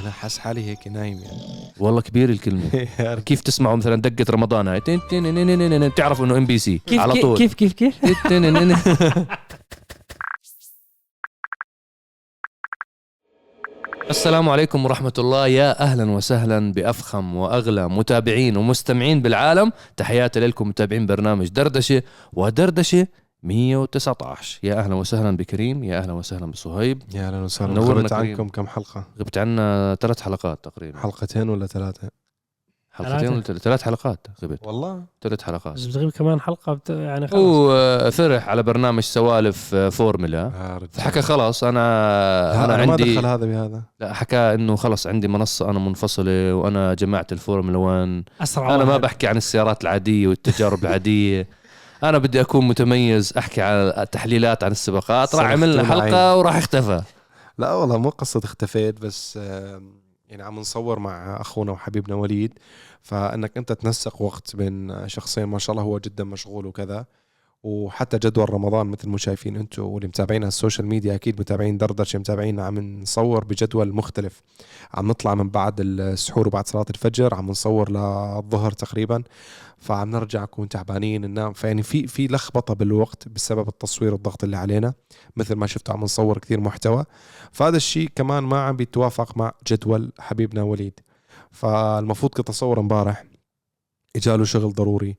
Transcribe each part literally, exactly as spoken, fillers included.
انا حاس حالي هيك نايم يعني. والله كبير الكلمه. كيف تسمعوا مثلا دقه رمضان هاي تن تن نن نن نن تعرفوا انه ام بي سي على طول. كيف كيف كيف تن نن نن. السلام عليكم ورحمة الله، يا أهلا وسهلا بأفخم وأغلى متابعين ومستمعين بالعالم. تحياتي لكم متابعين برنامج دردشة ودردشة مية وتسعة عشر. يا أهلا وسهلا بكريم، يا أهلا وسهلا بصهيب. يا اهلا وسهلا. نورنا غبت كريم. عنكم كم حلقة؟ غبت عنا ثلاث حلقات تقريبا. حلقتين ولا ثلاثة؟ حلقتين ولا ثلاث حلقات غبت. والله ثلاث حلقات. بس بتغيب كمان حلقة بت... يعني خلاص. وفرح على برنامج سوالف فورمولا، فحكى خلاص أنا أنا, أنا عندي ما دخل هذا بهذا. لا، حكى إنه خلاص عندي منصة أنا منفصلة وأنا جماعة الفورمولا وان. أسرع أنا ما واحد. بحكي عن السيارات العادية والتجارب العادية. أنا بدي أكون متميز، أحكي عن تحليلات عن السباقات. راح عملنا حلقة وراح اختفى. لا والله مو قصة اختفيت، بس يعني عم نصور مع أخونا وحبيبنا وليد، فإنك أنت تنسق وقت بين شخصين ما شاء الله هو جدا مشغول وكذا. وحتى جدول رمضان مثل ما شايفين انتم واللي متابعين على السوشيال ميديا، اكيد متابعين دردشة متابعين، عم نصور بجدول مختلف. عم نطلع من بعد السحور وبعد صلاة الفجر، عم نصور للظهر تقريبا، فعم نرجع نكون تعبانين ننام. فيعني في في لخبطة بالوقت بسبب التصوير والضغط اللي علينا، مثل ما شفتوا عم نصور كثير محتوى. فهذا الشيء كمان ما عم بيتوافق مع جدول حبيبنا وليد. فالمفروض كنت اصور امبارح، اجاله شغل ضروري،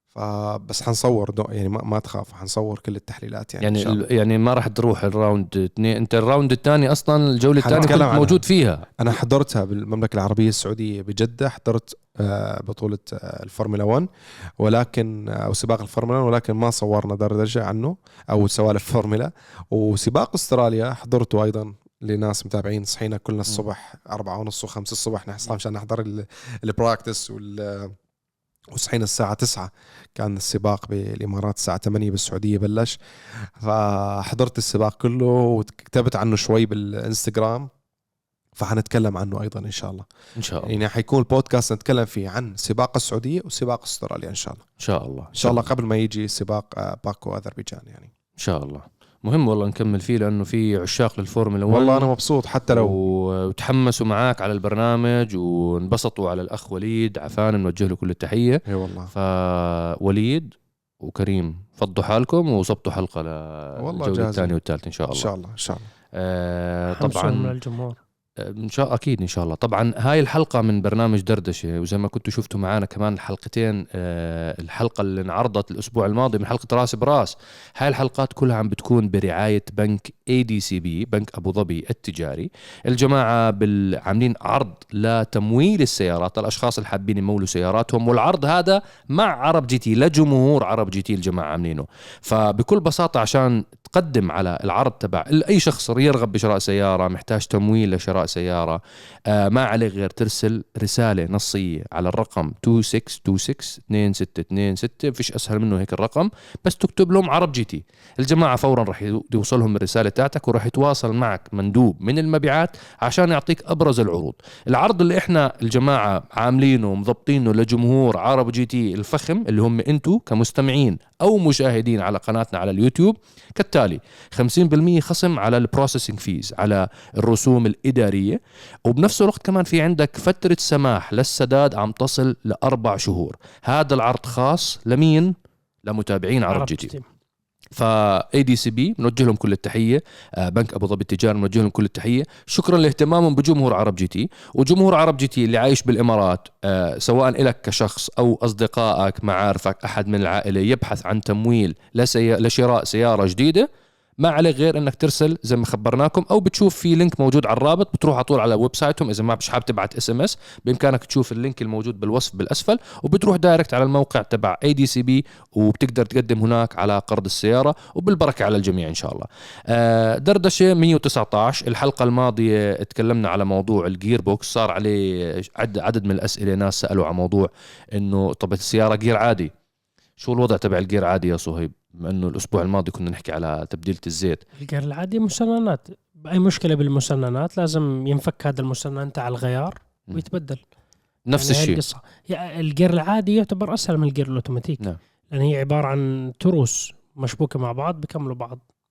فبس حنصور يعني ما, ما تخاف، حنصور كل التحليلات يعني يعني إن شاء الله. يعني ما راح تروح الراوند اثنين. انت الراوند الثاني اصلا الجولة الثانية كنت موجود فيها. انا حضرتها بالمملكة العربية السعودية بجدة، حضرت بطولة الفورمولا واحد ولكن او سباق الفورمولا، ولكن ما صورنا دردشة عنه او سوالف فورمولا. وسباق استراليا حضرته ايضا لناس متابعين، صحينا كلنا الصبح أربعة ونص وخمس الصبح نحصل عشان نحضر البراكتس وال وصحينا الساعة تسعة، كان السباق بالإمارات الساعة ثمانية بالسعودية بلش. فحضرت السباق كله وكتبت عنه شوي بالإنستغرام، فحنتكلم عنه أيضا إن شاء الله. إن شاء الله يعني حيكون البودكاست نتكلم فيه عن سباق السعودية وسباق استراليا إن شاء الله. إن شاء الله إن شاء الله قبل ما يجي سباق باكو أذربيجان يعني. إن شاء الله. مهم والله نكمل فيه لأنه في عشاق للفورمولا واحد. والله أنا مبسوط حتى لو وتحمسوا معاك على البرنامج وانبسطوا على الأخ وليد عفان، نوجه له كل التحية. اي والله. فوليد وكريم فضوا حالكم وصبتوا حلقة للجولة الثانية والثالثة إن شاء الله. إن شاء الله إن شاء الله. آه طبعا من الجمهور إن شاء أكيد إن شاء الله. طبعا هاي الحلقة من برنامج دردشة، وزي ما كنتوا شفتوا معانا كمان الحلقتين، آه الحلقة اللي انعرضت الأسبوع الماضي من حلقة راس براس، هاي الحلقات كلها عم بتكون برعاية بنك إيه دي سي بي، بنك أبو ظبي التجاري. الجماعة عاملين عرض لتمويل السيارات للأشخاص اللي حابين يمولوا سياراتهم، والعرض هذا مع عرب جي تي، لجمهور عرب جي تي الجماعة عاملينه. فبكل بساطة عشان تقدم على العرض تبع أي شخص يرغب بشراء سيارة، محتاج تمويل لشراء سيارة، آه ما عليك غير ترسل رسالة نصية على الرقم اثنين ستة اثنين ستة اثنين ستة اثنين ستة. فيش أسهل منه هيك الرقم، بس تكتب لهم عرب جي تي. الجماعة فورا رح يوصلهم الرسالة تاعتك، ورح يتواصل معك مندوب من المبيعات عشان يعطيك أبرز العروض. العرض اللي إحنا الجماعة عاملينه ومضبطينه لجمهور عرب جي تي الفخم اللي هم أنتوا كمستمعين أو مشاهدين على قناتنا على اليوتيوب كالتالي: خمسين بالمية خصم على البروسيسنج فيز، على الرسوم الإدارية، وبنفس الوقت كمان في عندك فترة سماح للسداد عم تصل لأربع شهور. هذا العرض خاص لمين؟ لمتابعين عرب جي تي. فا إيه دي سي بي بنوجه لهم كل التحية، بنك أبو ظبي التجاري بنوجه لهم كل التحية. شكرا لاهتمامهم بجمهور عرب جي تي. وجمهور عرب جي تي اللي عايش بالإمارات، سواء لك كشخص أو أصدقائك معارفك أحد من العائلة يبحث عن تمويل لسي... لشراء سيارة جديدة، ما عليك غير انك ترسل زي ما خبرناكم، او بتشوف في لينك موجود على الرابط، بتروح على طول على ويب سايتهم. اذا ما مش حابب تبعت اس ام اس، بامكانك تشوف اللينك الموجود بالوصف بالاسفل، وبتروح دايركت على الموقع تبع إيه دي سي بي، وبتقدر تقدم هناك على قرض السياره، وبالبركه على الجميع ان شاء الله. دردشه مية وتسعة عشر. الحلقه الماضيه تكلمنا على موضوع الجير بوكس، صار عليه عدد من الاسئله، ناس سالوا عن موضوع انه طب السياره جير عادي، شو الوضع تبع الجير عادي يا صهيب؟ بما انه الاسبوع الماضي كنا نحكي على تبديلة الزيت. الجير العادي مسننات، اي مشكله بالمسننات لازم ينفك هذا المسنن تاع الغيار ويتبدل. نفس يعني الشيء. يعني الجير العادي يعتبر اسهل من الجير الاوتوماتيك، نعم. لان هي عباره عن تروس مشبوكه مع بعض بيكملوا بعض.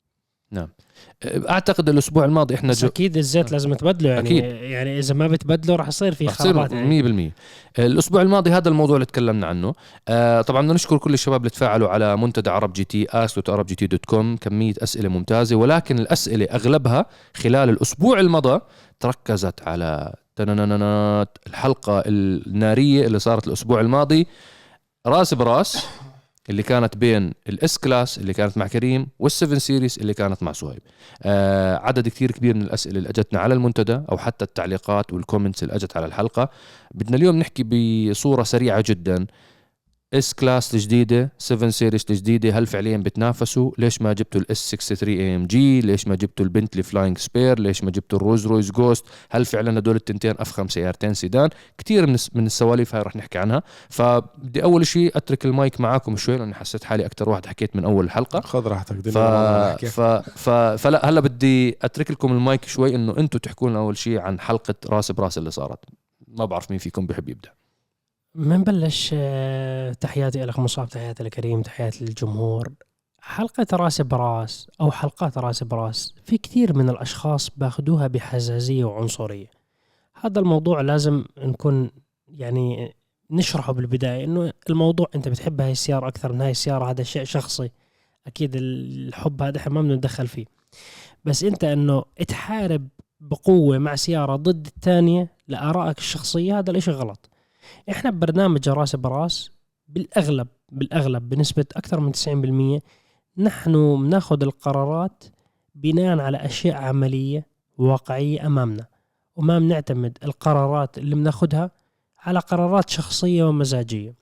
نعم. اعتقد الاسبوع الماضي احنا بس اكيد الزيت لازم تبدله يعني أكيد. يعني اذا ما بتبدله راح يصير في رح تصير خرابات يعني. مية بالمية. الاسبوع الماضي هذا الموضوع اللي تكلمنا عنه. آه طبعا بدنا نشكر كل الشباب اللي تفاعلوا على منتدى عرب جي تي ask dot arab g t dot com. كميه اسئله ممتازه، ولكن الاسئله اغلبها خلال الاسبوع الماضي تركزت على تنانانات الحلقه الناريه اللي صارت الاسبوع الماضي راس براس، اللي كانت بين الاس كلاس اللي كانت مع كريم والسفن سيريس اللي كانت مع صهيب. آه عدد كتير كبير من الأسئلة اللي أجتنا على المنتدى أو حتى التعليقات والكومنتس اللي أجت على الحلقة. بدنا اليوم نحكي بصورة سريعة جدا. اس كلاس الجديده، سفن سيريس الجديده، هل فعليا بتنافسوا؟ ليش ما جبتوا الاس ستة وستين اي ام جي؟ ليش ما جبتوا البنتلي فلاينج سبير؟ ليش ما جبتوا الروز رويز جوست؟ هل فعلا هدول التنتين افخم سيارتين سيدان؟ كتير من من السواليف هاي رح نحكي عنها. فبدي اول شيء اترك المايك معاكم شوي لاني حسيت حالي اكتر واحد حكيت من اول الحلقه. خذ راحتك. ف... ف... ف... فلا هلا بدي اترك لكم المايك شوي انه انتم تحكوا لنا اول شيء عن حلقه راس براس اللي صارت. ما بعرف مين فيكم بيحب يبدا. من بلش؟ تحياتي لك مصعب، تحياتي لكريم، تحياتي للجمهور. حلقة راس براس أو حلقات راس براس في كثير من الأشخاص باخدوها بحزازية وعنصرية. هذا الموضوع لازم نكون يعني نشرحه بالبداية، إنه الموضوع أنت بتحب هاي السيارة أكثر من هاي السيارة، هذا شيء شخصي. أكيد الحب هذا إحنا ما بدنا ندخل فيه، بس أنت إنه تحارب بقوة مع سيارة ضد الثانية لآرائك الشخصية، هذا الإشي غلط. احنا ببرنامج راس براس بالاغلب بالاغلب بنسبه اكثر من تسعين بالمية نحن بناخذ القرارات بناء على اشياء عمليه واقعيه امامنا، وما بنعتمد القرارات اللي بناخذها على قرارات شخصيه ومزاجيه.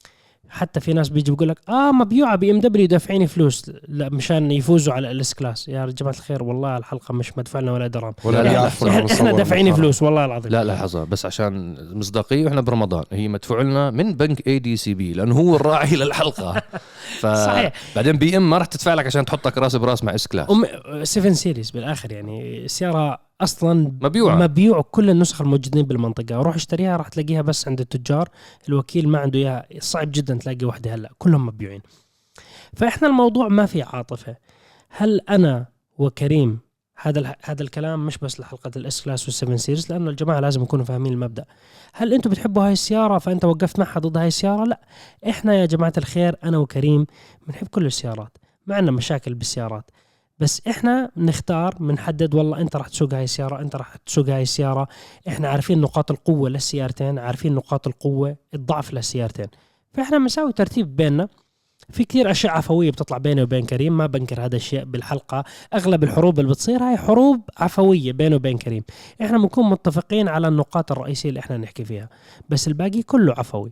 حتى في ناس بيجي بيقول لك اه مبيوعه بي ام دبليو دافعين فلوس لا مشان يفوزوا على الاس كلاس. يا جماعه الخير والله الحلقه مش مدفع لنا ولا درهم ولا بيعرفوا احنا, احنا دافعين فلوس والله العظيم. لا لحظه بس عشان مصداقيه، واحنا برمضان هي مدفوع لنا من بنك اي دي سي بي لانه هو الراعي للحلقه. ف صحيح. بعدين بي ام ما راح تدفع لك عشان تحطك راس براس مع اس كلاس. ام سفن سيريز بالاخر يعني سياره اصلا مبيوعه مبيوع كل النسخ الموجودين بالمنطقه، روح اشتريها راح تلاقيها بس عند التجار، الوكيل ما عنده اياها، صعب جدا تلاقي واحده هلا كلهم مبيوعين. فاحنا الموضوع ما في عاطفه. هل انا وكريم هذا هذا الكلام مش بس لحلقه الاس كلاس والسفن سيريز، لانه الجماعه لازم يكونوا فاهمين المبدا. هل انتم بتحبوا هاي السياره فانت وقفت معها ضد هاي السياره؟ لا، احنا يا جماعه الخير انا وكريم بنحب كل السيارات، ما عندنا مشاكل بالسيارات، بس احنا بنختار بنحدد والله انت راح تسوق هاي السياره، انت راح تسوق هاي السياره. احنا عارفين نقاط القوه للسيارتين، عارفين نقاط القوه الضعف للسيارتين، فاحنا بنسوي ترتيب بيننا. في كثير اشياء عفويه بتطلع بيني وبين كريم، ما بنكر هذا الشيء بالحلقه. اغلب الحروب اللي بتصير هاي حروب عفويه بيني وبين كريم، احنا بنكون متفقين على النقاط الرئيسيه اللي احنا نحكي فيها، بس الباقي كله عفوي.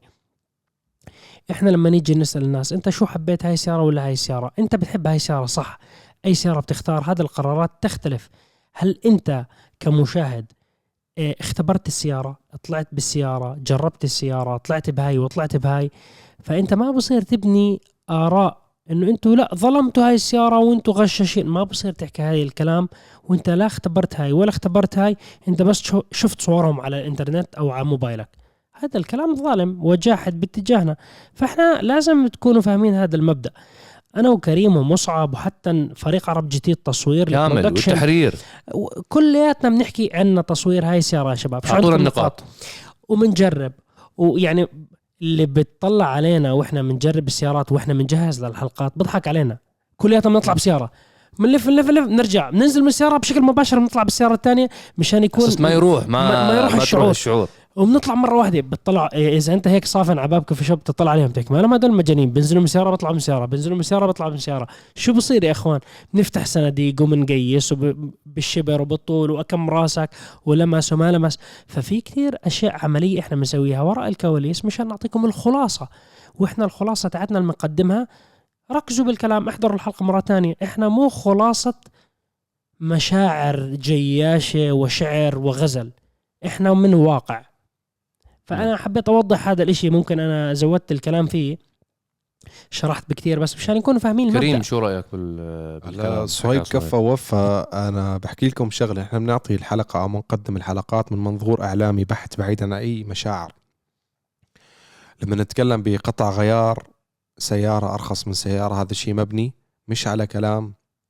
احنا لما نيجي نسال الناس انت شو حبيت هاي السياره ولا هاي السياره، انت بتحب هاي السياره صح، اي سياره بتختار، هذه القرارات تختلف. هل انت كمشاهد اه اختبرت السياره، طلعت بالسياره، جربت السياره، طلعت بهاي وطلعت بهاي، فانت ما بصير تبني آراء انه انتوا لا ظلمتوا هاي السيارة وانتوا غشاشين. ما بصير تحكي هاي الكلام وانت لا اختبرت هاي ولا اختبرت هاي، انت بس شفت صورهم على الانترنت او على موبايلك. هذا الكلام ظالم وجاحد باتجاهنا، فاحنا لازم تكونوا فاهمين هذا المبدأ. انا وكريم ومصعب وحتى فريق عرب جي تي التصوير كامل والتحرير كلياتنا بنحكي عنا تصوير هاي السيارة يا شباب، اعطونا النقاط ومنجرب. ويعني اللي بتطلع علينا واحنا بنجرب السيارات واحنا بنجهز للحلقات بضحك علينا، كلياتنا بنطلع بسياره بنلف نلف نلف نرجع ننزل من السياره بشكل مباشر بنطلع بالسياره الثانيه مشان يكون ما يروح ما, ما, ما يروح ما الشعور. الشعور وبنطلع مره واحده بتطلع اذا انت هيك صافن على بابك في شوب تطلع عليهم تحكي ما هذول مجانين، بنزلوا من السياره بطلعوا من السياره، بنزلوا من السياره بطلعوا من السياره. شو بصير يا اخوان؟ بنفتح صناديق وبنقيس بالشبر وبالطول واكم راسك ولمس وما لمس. ففي كثير اشياء عمليه احنا بنسويها وراء الكواليس مشان نعطيكم الخلاصه، واحنا الخلاصه تاعتنا المقدمها. ركزوا بالكلام، احضروا الحلقه مره ثانيه. احنا مو خلاصه مشاعر جياشه وشعر وغزل، احنا من واقع. فأنا حبيت أوضح هذا الاشي، ممكن أنا زودت الكلام فيه شرحت بكتير بس مشان يكونوا فاهمين المبدأ. كريم شو رأيك بالكلام؟ صهيب كفى ووفى. أنا بحكي لكم شغلة، إحنا بنعطي الحلقة أو بنقدم الحلقات من منظور إعلامي بحت بعيدا عن أي مشاعر. لما نتكلم بقطع غيار سيارة أرخص من سيارة، هذا الشيء مبني مش على كلام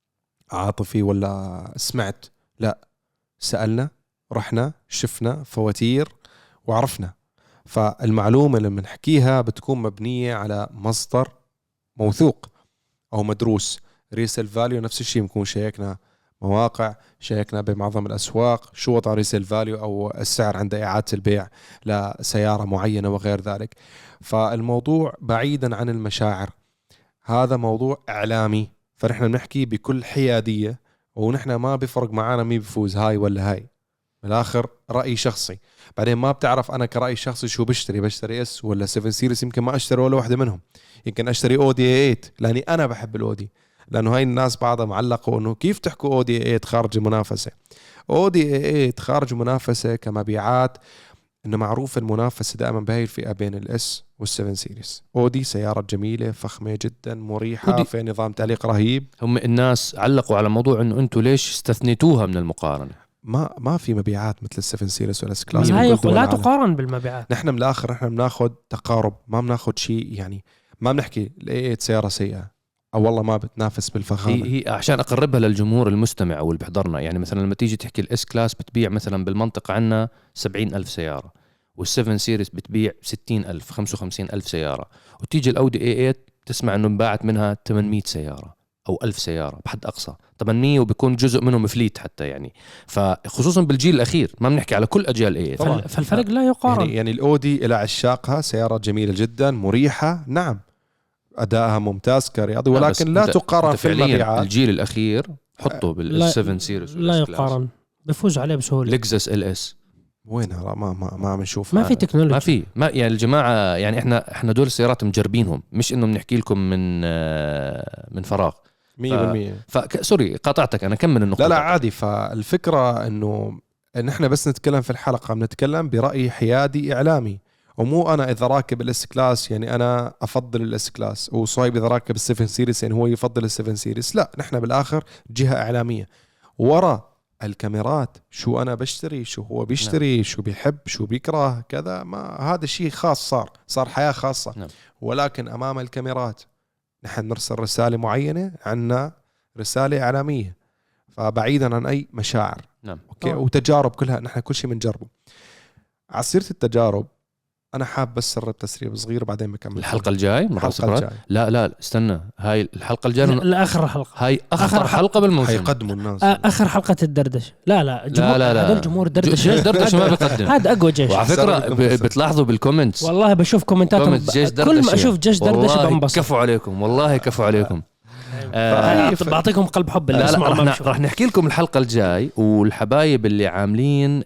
عاطفي ولا سمعت، لا، سألنا، رحنا شفنا فواتير وعرفنا. فالمعلومة اللي بنحكيها بتكون مبنية على مصدر موثوق أو مدروس. ريسيل فاليو نفس الشيء، بنكون شيكنا مواقع، شيكنا بمعظم الأسواق شو وضع ريسيل فاليو أو السعر عند إعادة البيع لسيارة معينة وغير ذلك. فالموضوع بعيدا عن المشاعر، هذا موضوع إعلامي، فنحن بنحكي بكل حيادية، ونحن ما بفرق معانا مين بيفوز، هاي ولا هاي، بالآخر رأي شخصي. بعدين ما بتعرف أنا كرأي شخصي شو بشتري، بشتري اس ولا سفن سيريس، يمكن ما أشتري ولا واحدة منهم، يمكن أشتري أودي ثمانية لأني أنا بحب الأودي. لأنه هاي الناس بعضها معلقوا أنه كيف تحكوا أودي ثمانية خارج المنافسة. أودي ثمانية خارج المنافسة كمبيعات، إنه معروف المنافسة دائما بهاي الفئة بين الإس والسفن سيريس. أودي سيارة جميلة فخمة جدا مريحة في نظام تعليق رهيب. هم الناس علقوا على موضوع إنه أنتوا ليش استثنيتوها من المقارنة. ما ما في مبيعات مثل السفن سيريس ولا سكلاس. هاي لا تقارن بالمبيعات. نحن من الآخر نحن بناخد تقارب، ما بناخد شيء يعني، ما بنحكي لقيت سيارة سيئة أو والله ما بتنافس بالفخامة. هي, هي عشان أقربها للجمهور المستمع أو اللي بحضرنا. يعني مثلا لما تيجي تحكي الإس كلاس بتبيع مثلا بالمنطقة عنا سبعين ألف سيارة، والسفن سيريس بتبيع ستين ألف خمسة وخمسين ألف سيارة، وتيجي الأودي إيه ثمانية تسمع إنه انباعت منها ثمانمية سيارة أو ألف سيارة بحد أقصى، ثمانمية وبيكون جزء منهم فليت حتى يعني. فخصوصا بالجيل الأخير، ما بنحكي على كل أجيال إيه. فالفرق لا يقارن. يعني, يعني الأودي إلى عشاقها سيارة جميلة جدا مريحة، نعم أدائها ممتاز كرياضي، ولكن لا تقارن في المبيعات. الجيل الأخير حطه بالسفن سيريس لا يقارن، بفوز عليه بسهولة. لكزس ال اس وينها؟ ما ما ما بنشوف، ما في تكنولوجيا، ما في ما يعني الجماعة. يعني احنا احنا دول السيارات مجربينهم، مش انه بنحكي لكم من من فراغ مية بالمية. سوري قاطعتك، انا كمل النقطة. لا لا عادي. فالفكرة انه ان احنا بس نتكلم في الحلقة بنتكلم برأي حيادي اعلامي، ومو انا اذا راكب الاس كلاس يعني انا افضل الاس كلاس، وصايب اذا راكب السفن سيريس يعني هو يفضل السفن سيريس. لا، نحن بالاخر جهة اعلامية، ورا الكاميرات شو أنا بشتري، شو هو بيشتري، نعم. شو بيحب، شو بيكره، كذا، ما هذا الشيء خاص، صار صار حياة خاصة، نعم. ولكن أمام الكاميرات نحن نرسل رسالة معينة، عنا رسالة إعلامية، فبعيدا عن أي مشاعر، نعم. أوكي. أوه. وتجارب كلها نحن كل شيء بنجربه. عصيرة التجارب أنا حاب بس سرب تسريب صغير بعدين بكمل الحلقة الجاي. الحلقة الجاي. لا لا استنى، هاي الحلقة الجاية لآخر حلقة، هاي أخر حلقة, حلقة بالموسم. هيقدموا الناس آخر حلقة الدردش. لا لا لا لا لا هذول جمهور دردش. جيش دردش ما بيقدم. هذا أقوى جيش. وعلى فكرة بتلاحظوا بالكومنتس، والله بشوف كومنتاتهم كل ما أشوف جيش دردش بنبسط. كفوا عليكم والله، كفوا عليكم. آه بعطيكم قلب حب. لا لا رح, رح نحكي لكم الحلقة الجاي، والحبايب اللي عاملين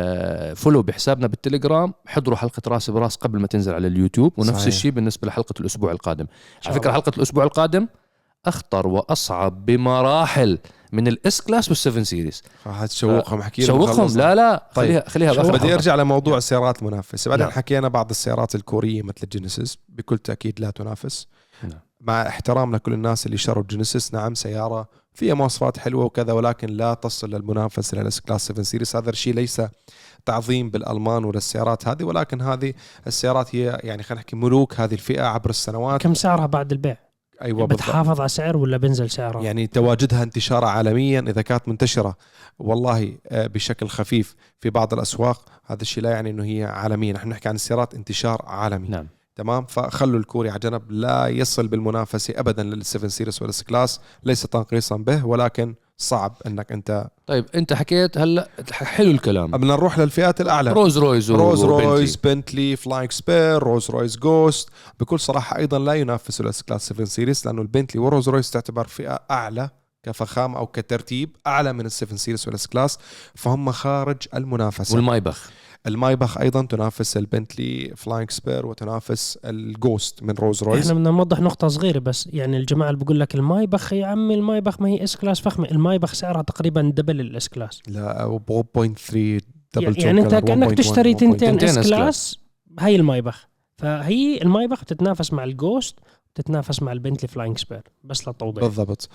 آه فولو بحسابنا بالتليجرام حضروا حلقة راس براس قبل ما تنزل على اليوتيوب. ونفس الشيء بالنسبة لحلقة الأسبوع القادم. على فكرة حلقة الأسبوع القادم أخطر وأصعب بمراحل من الإس كلاس والسفن سيريس. هتشوقهم حكي شوقهم. لا لا طيب. خليها خليها بدي أرجع لموضوع السيارات المنافسة. بعدين نعم. حكينا بعض السيارات الكورية مثل الجينيسيس بكل تأكيد لا تنافس. نعم. مع احترام لكل الناس اللي شروا الجينيسيس، نعم سيارة فيها مواصفات حلوة وكذا، ولكن لا تصل للمنافسة للإس كلاس سفن سيريس. هذا الشيء ليس تعظيم بالألمان ولا السيارات هذه، ولكن هذه السيارات هي يعني خلينا نحكي ملوك هذه الفئة عبر السنوات. كم سعرها بعد البيع؟ أيوة بتحافظ على سعر ولا بنزل سعرها؟ يعني تواجدها انتشار عالميا إذا كانت منتشرة والله بشكل خفيف في بعض الأسواق، هذا الشيء لا يعني إنه هي عالميا. نحن نحكي عن السيارات انتشار عالمي. نعم. تمام. فخلوا الكوري على جنب، لا يصل بالمنافسة أبدا للسفن سيريس ولا كلاس، ليس تنقيصا به، ولكن صعب انك انت. طيب انت حكيت هلا حلو الكلام، بدنا نروح للفئات الاعلى. روز رويز روز رويز بنتلي فلاينج سبير، روز رويز جوست. بكل صراحه ايضا لا ينافسوا الاس كلاس سفن سيريس، لانه البنتلي وروز رويز تعتبر فئه اعلى كفخامه او كترتيب اعلى من السفن سيريس والاس كلاس، فهم خارج المنافسه. والمايبخ المايبخ ايضا تنافس البنتلي فلاينج سبير وتنافس الجوست من روز رويز. احنا بدنا نوضح نقطه صغيره بس، يعني الجماعه اللي بقول لك المايبخ يا عمي المايبخ ما هي اس كلاس فخمه، المايبخ سعرها تقريبا دبل الاس كلاس. لا واحد فاصلة ثلاثة دبل. يعني انت كانك تشتري تنتين اس كلاس. هاي المايبخ، فهي المايبخ بتتنافس مع الجوست، تتنافس مع البنتلي فلاينج سبير، بس للتوضيح. بالضبط.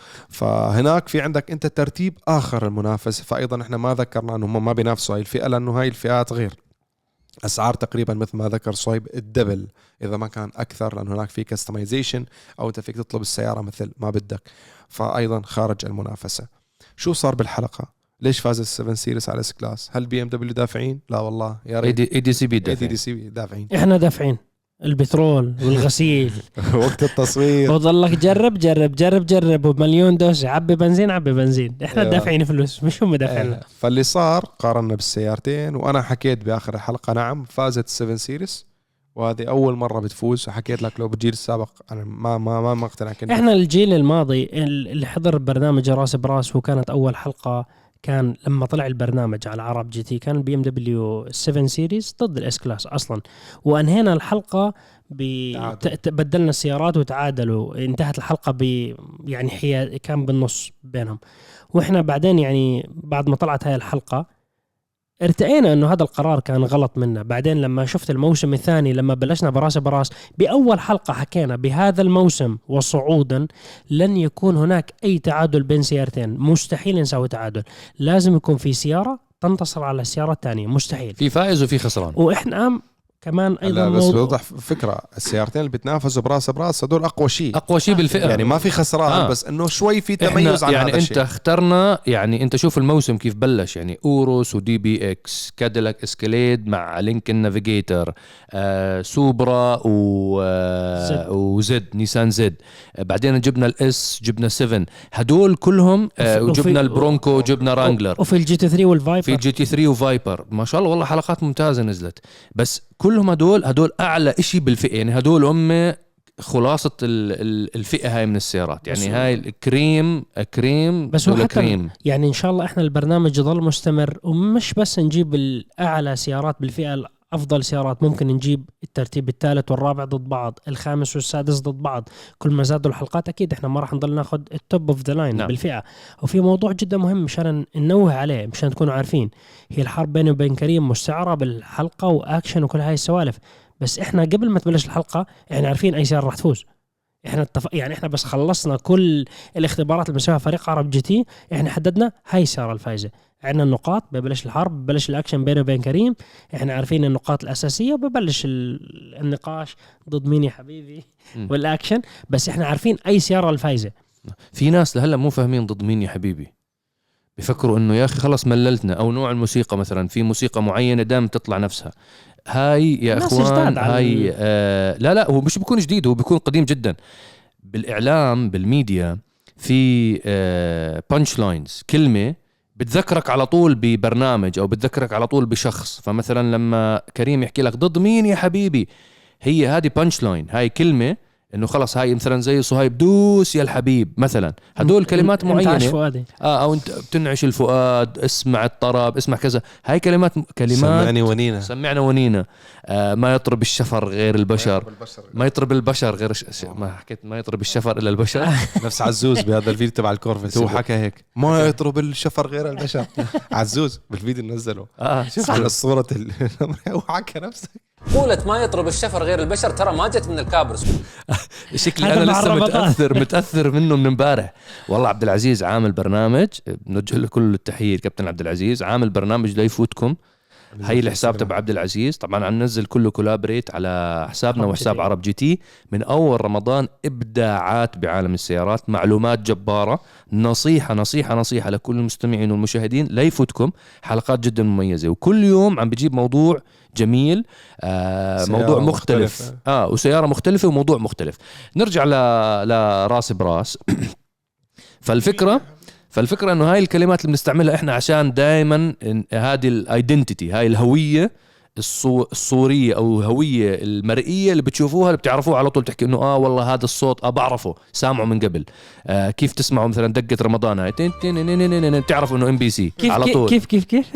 فهناك في عندك انت ترتيب اخر المنافسه، فايضا احنا ما ذكرنا انهم ما بينافسوا هاي الفئه، لانه هاي الفئات غير اسعار تقريبا مثل ما ذكر صايب الدبل اذا ما كان اكثر، لانه هناك في كستمايزيشن او انت فيك تطلب السياره مثل ما بدك، فايضا خارج المنافسه. شو صار بالحلقه؟ ليش فاز السفن سيريس على اس كلاس؟ هل بي ام دبليو دافعين؟ لا والله يا اي ريت دي, اي دي سي بي اي دافعين. دي سي بي دافعين. احنا دافعين البترول والغسيل وقت التصوير وضلك جرب جرب جرب جرب ومليون دوسة عبي بنزين عبي بنزين. احنا أيوة. دافعين فلوس مش هم دافعين. آه. فاللي صار قارنا بالسيارتين، وانا حكيت باخر الحلقه نعم فازت السفن سيريس وهذه اول مره بتفوز. وحكيت لك لو بالجيل السابق انا ما ما ما مقتنع كنت. احنا الجيل الماضي اللي حضر برنامج راس براس وكانت اول حلقه كان لما طلع البرنامج على عرب جي تي كان بي ام دبليو سفن سيريز ضد الاس كلاس اصلا، وانهينا الحلقه بدلنا السيارات وتعادلوا. انتهت الحلقه ب يعني حياد كان بالنص بينهم. واحنا بعدين يعني بعد ما طلعت هاي الحلقه ارتئينا انه هذا القرار كان غلط منا. بعدين لما شفت الموسم الثاني لما بلشنا براس براس باول حلقه حكينا بهذا الموسم وصعودا لن يكون هناك اي تعادل بين سيارتين، مستحيل نسوي تعادل، لازم يكون في سياره تنتصر على السياره الثانيه، مستحيل. في فائز وفي خسران. واحنا كمان ايضا لا بس موضوع... بوضح فكره، السيارتين اللي بتنافسوا براس براس هدول اقوى شيء اقوى شيء بالفئه، يعني ما في خسران. آه. بس انه شوي في تميز عن يعني هذا الشيء. انت اخترنا، يعني انت شوف الموسم كيف بلش، يعني اوروس ودي بي اكس، كاديلاك اسكاليد مع لينكن نافيجيتر، آه سوبرا و آه وزد نيسان زد، آه بعدين جبنا الاس، جبنا سفن، هدول كلهم آه وجبنا البرونكو، جبنا رانجلر، وفي الجي تي ثري والفايبر، في جي تي ثري وفايبر، ما شاء الله والله حلقات ممتازه نزلت. بس كلهم هدول هدول اعلى اشي بالفئه، يعني هدول هم خلاصه الفئه هاي من السيارات، يعني هاي الكريم كريم بس هو كريم. يعني ان شاء الله احنا البرنامج يضل مستمر، ومش بس نجيب الاعلى سيارات بالفئه، افضل سيارات ممكن نجيب الترتيب الثالث والرابع ضد بعض، الخامس والسادس ضد بعض. كل ما زادوا الحلقات اكيد احنا ما راح نضل ناخذ التوب اوف ذا لاين بالفئه. وفي موضوع جدا مهم مشان ننوه عليه مشان تكونوا عارفين، هي الحرب بيني وبين كريم مستعره بالحلقه واكشن وكل هاي السوالف، بس احنا قبل ما تبلش الحلقه احنا عارفين اي سياره راح تفوز. احنا التف... يعني احنا بس خلصنا كل الاختبارات اللي بنسويها فريق عرب جي تي، احنا حددنا هاي السياره الفايزه، عندنا النقاط، ببلش الحرب، ببلش الاكشن بينه وبين كريم، احنا عارفين النقاط الاساسيه، وببلش النقاش ضد مين يا حبيبي والاكشن، بس احنا عارفين اي سياره الفايزه. في ناس لهلا مو فاهمين ضد مين يا حبيبي، بيفكروا انه يا اخي خلص مللتنا، او نوع الموسيقى مثلا في موسيقى معينه دائما تطلع نفسها. هاي يا اخوان هاي آه لا لا هو مش بيكون جديد، هو بيكون قديم جدا. بالاعلام بالميديا في آه بانش لاينز، كلمه بتذكرك على طول ببرنامج او بتذكرك على طول بشخص. فمثلا لما كريم يحكي لك ضد مين يا حبيبي، هي هذه بانش لاين، هاي كلمه انه خلص هاي مثلا زي صهيب دوس يا الحبيب مثلا، هدول كلمات معينه اه او انت بتنعش الفؤاد، اسمع الطرب، اسمع كذا، هاي كلمات كلمات سمعني ونينا، سمعنا ونينا. آه ما يطرب الشفر غير البشر، ما يطرب البشر غير ش... ما حكيت ما يطرب الشفر الا البشر. نفس عزوز بهذا الفيديو تبع الكورفت هو حكى هيك، ما يطرب الشفر غير البشر. عزوز بالفيديو نزله اه شوف على الصوره ال... هو حكى نفسه قولت ما يطرب الشفر غير البشر، ترى ما جت من الكابرس. شكلي انا لسه متاثر متاثر منه من امبارح والله. عبد العزيز عامل برنامج، بنوجه له كل التحيه، الكابتن عبد العزيز عامل برنامج لا يفوتكم. هي الحساب تبع عبد العزيز، طبعا عم ننزل كله كولابريت على حسابنا وحساب عرب جي تي من اول رمضان. ابداعات بعالم السيارات، معلومات جباره، نصيحه نصيحه نصيحه لكل المستمعين والمشاهدين، لا يفوتكم حلقات جدا مميزه، وكل يوم عم بجيب موضوع جميل، آه موضوع مختلف مختلفة. اه وسياره مختلفه وموضوع مختلف. نرجع ل لراس براس. فالفكره فالفكره انه هاي الكلمات اللي بنستعملها احنا عشان دائما هذه الايدنتيتي، هاي الهويه الصوريه او الهويه المرئيه اللي بتشوفوها اللي بتعرفوها على طول، تحكي انه اه والله هذا الصوت اه بعرفه، سامعه من قبل. آه كيف تسمعوا مثلا دقه رمضان هاي تعرفوا انه ام بي سي على طول. كيف كيف كيف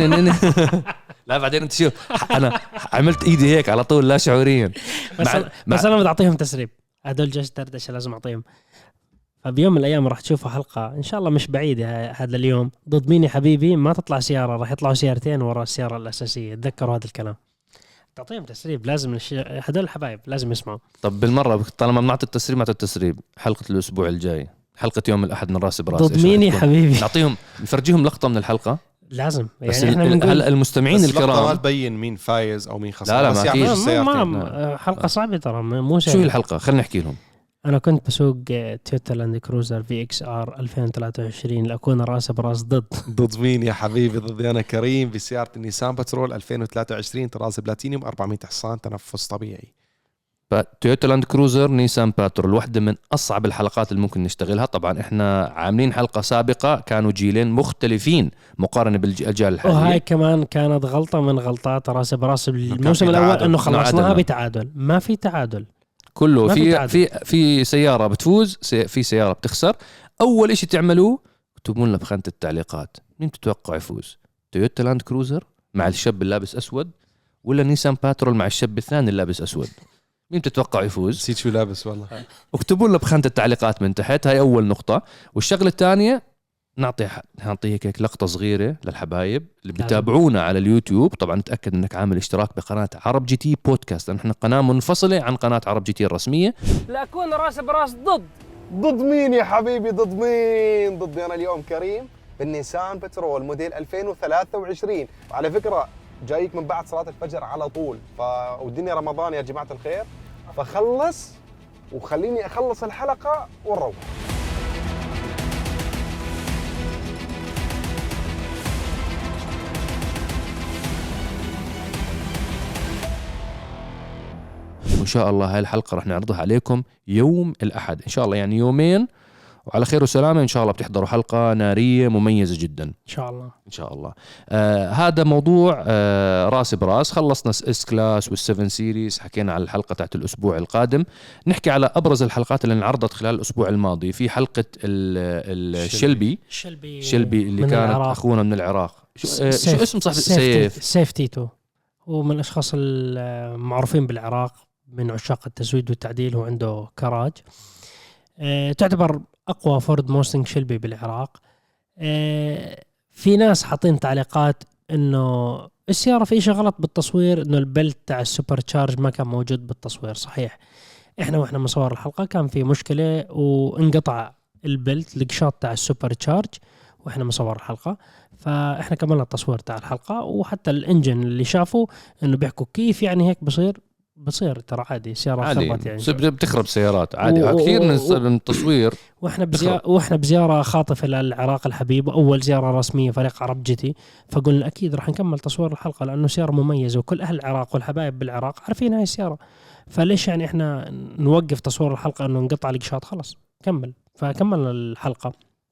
لا بعدين انت شوف انا عملت ايدي هيك على طول لا شعوريا. بس, مع... بس انا بدي اعطيهم تسريب، هدول جيش دردشه لازم اعطيهم. فبيوم من الايام راح تشوفوا حلقه ان شاء الله مش بعيده هذا اليوم، ضد مين يا حبيبي ما تطلع سياره، راح يطلعوا سيارتين ورا السياره الاساسيه. تذكروا هذا الكلام، تعطيهم تسريب، لازم الش... هدول الحبايب لازم يسمعوا. طب بالمره طالما بنعطي التسريب مع التسريب، حلقه الاسبوع الجاي، حلقه يوم الاحد من راس براس، ضد مين يا حبيبي؟ نعطيهم نفرجيهم لقطه من الحلقه لازم يعني بس احنا بنقول هلا المستمعين الكرام ما تبين مين فايز او مين خسر. لا لا ما ما حلقه صعبه ترى، مو شو هي الحلقه؟ خلينا نحكي لهم. انا كنت بسوق تويوتا لاند كروزر في اكس ار ألفين وثلاثة وعشرين لاكون راس براس ضد ضد مين يا حبيبي؟ ضدي انا كريم بسيارة النيسان بترول ألفين وثلاثة وعشرين طراز بلاتينيوم أربعمية حصان تنفس طبيعي. تويوتا لاند كروزر نيسان باترول واحدة من أصعب الحلقات اللي ممكن نشتغلها. طبعا إحنا عاملين حلقة سابقة كانوا جيلين مختلفين مقارنة بالأجيال الحالية، وهاي كمان كانت غلطة من غلطات راس براس الموسم الأول إنه خلصناها بتعادل. ما في تعادل كله ما في في, في في سيارة بتفوز في سيارة بتخسر. أول إشي تعملوه اكتبوا لنا بخانة التعليقات مين تتوقع يفوز، تويوتا لاند كروزر مع الشاب اللابس أسود ولا نيسان باترول مع الشاب الثاني اللابس أسود؟ مين تتوقع يفوز؟ نسيت شو لابس والله. اكتبوا لنا بخانة التعليقات من تحت. هاي أول نقطة. والشغلة الثانية نعطي نعطيه هيك لقطة صغيرة للحبايب اللي بتابعونا على اليوتيوب. طبعا نتأكد انك عامل اشتراك بقناة عرب جي تي بودكاست، لأن احنا قناة منفصلة عن قناة عرب جي تي الرسمية. لا أكون راس براس ضد ضد مين يا حبيبي؟ ضد مين؟ ضدي انا اليوم كريم بالنيسان بترول موديل ألفين وثلاثة وعشرين. وعلى فكرة جايك من بعد صلاة الفجر على طول، ف والدنيا رمضان يا جماعة الخير، فخلص وخليني اخلص الحلقة ونروح. وإن شاء الله هاي الحلقة رح نعرضها عليكم يوم الأحد إن شاء الله، يعني يومين وعلى خير وسلامة إن شاء الله. بتحضروا حلقة نارية مميزة جدا إن شاء الله إن شاء الله. آه هذا موضوع آه راس براس. خلصنا اس كلاس والسفن سيريز، حكينا على الحلقة تاعت الأسبوع القادم. نحكي على أبرز الحلقات اللي انعرضت خلال الأسبوع الماضي. في حلقة الشلبي شلبي شلبي اللي كانت العراق. أخونا من العراق. شو, آه شو اسم صاحب سيف سيف تيتو، هو من الأشخاص المعروفين بالعراق من عشاق التزويد والتعديل، هو عنده كراج. أه تعتبر أقوى فورد موستنج شلبي بالعراق. أه في ناس حاطين تعليقات إنه السيارة في شيء غلط بالتصوير، إنه البلت تاع السوبر تشارج ما كان موجود بالتصوير. صحيح، إحنا وإحنا مصور الحلقة كان في مشكلة وانقطع البلت القشاط تاع السوبر تشارج وإحنا مصور الحلقة، فإحنا كملنا التصوير تاع الحلقة. وحتى الإنجن اللي شافوا إنه بيحكوا كيف يعني هيك بصير بصير ترى عادي، سيارة عادي خربت يعني بتخرب سيارات عادي و... كثير من و... التصوير. واحنا بزيارة واحنا بزيارة خاطفة للعراق الحبيب، واول زيارة رسمية فريق عرب جيتي، فقلنا اكيد راح نكمل تصوير الحلقة لانه سيارة مميزة وكل اهل العراق والحبايب بالعراق عارفين هاي السيارة، فليش يعني احنا نوقف تصوير الحلقة انه نقطع القشاط؟ خلص كمل. فكملنا الحلقة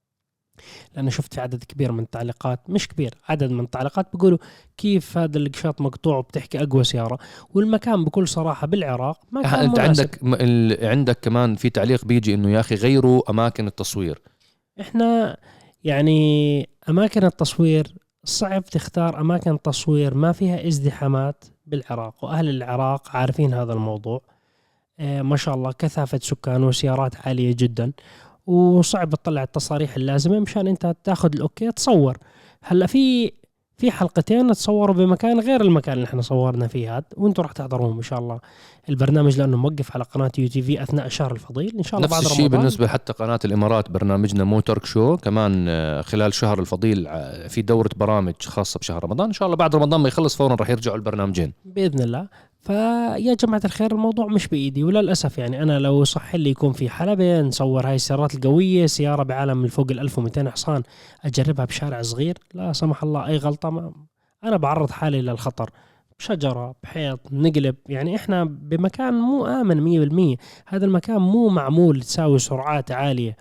لأنه شفت في عدد كبير من التعليقات، مش كبير، عدد من التعليقات بيقولوا كيف هذا القشاط مقطوع وبتحكي أقوى سيارة، والمكان بكل صراحة بالعراق ما كان أنت مناسب. عندك م... عندك كمان في تعليق بيجي إنه يا أخي غيروا أماكن التصوير. إحنا يعني أماكن التصوير صعب تختار أماكن تصوير ما فيها ازدحامات بالعراق، وأهل العراق عارفين هذا الموضوع. آه ما شاء الله كثافة سكان وسيارات عالية جدا، وصعب تطلع التصاريح اللازمة مشان انت تاخذ الاوكي تصور. هلا في في حلقتين تصوروا بمكان غير المكان اللي احنا صورنا فيه هذا، وانتم راح تحضروهم ان شاء الله. البرنامج لانه موقف على قناه يو تي في اثناء شهر الفضيل ان شاء الله. نفس بعد الشيء رمضان بالنسبه حتى قناه الامارات، برنامجنا موتورك شو كمان خلال شهر الفضيل في دوره برامج خاصه بشهر رمضان. ان شاء الله بعد رمضان ما يخلص فورا راح يرجعوا البرنامجين باذن الله. فيا جماعة الخير الموضوع مش بإيدي وللأسف، يعني أنا لو صح لي يكون في حلبة نصور هاي السيارات القوية، سيارة بعالم الفوق الألف ومئتين حصان أجربها بشارع صغير، لا سمح الله أي غلطة ما أنا بعرض حالي للخطر، شجرة بحيط نقلب. يعني إحنا بمكان مو آمن مية بالمية، هذا المكان مو معمول تساوي سرعات عالية.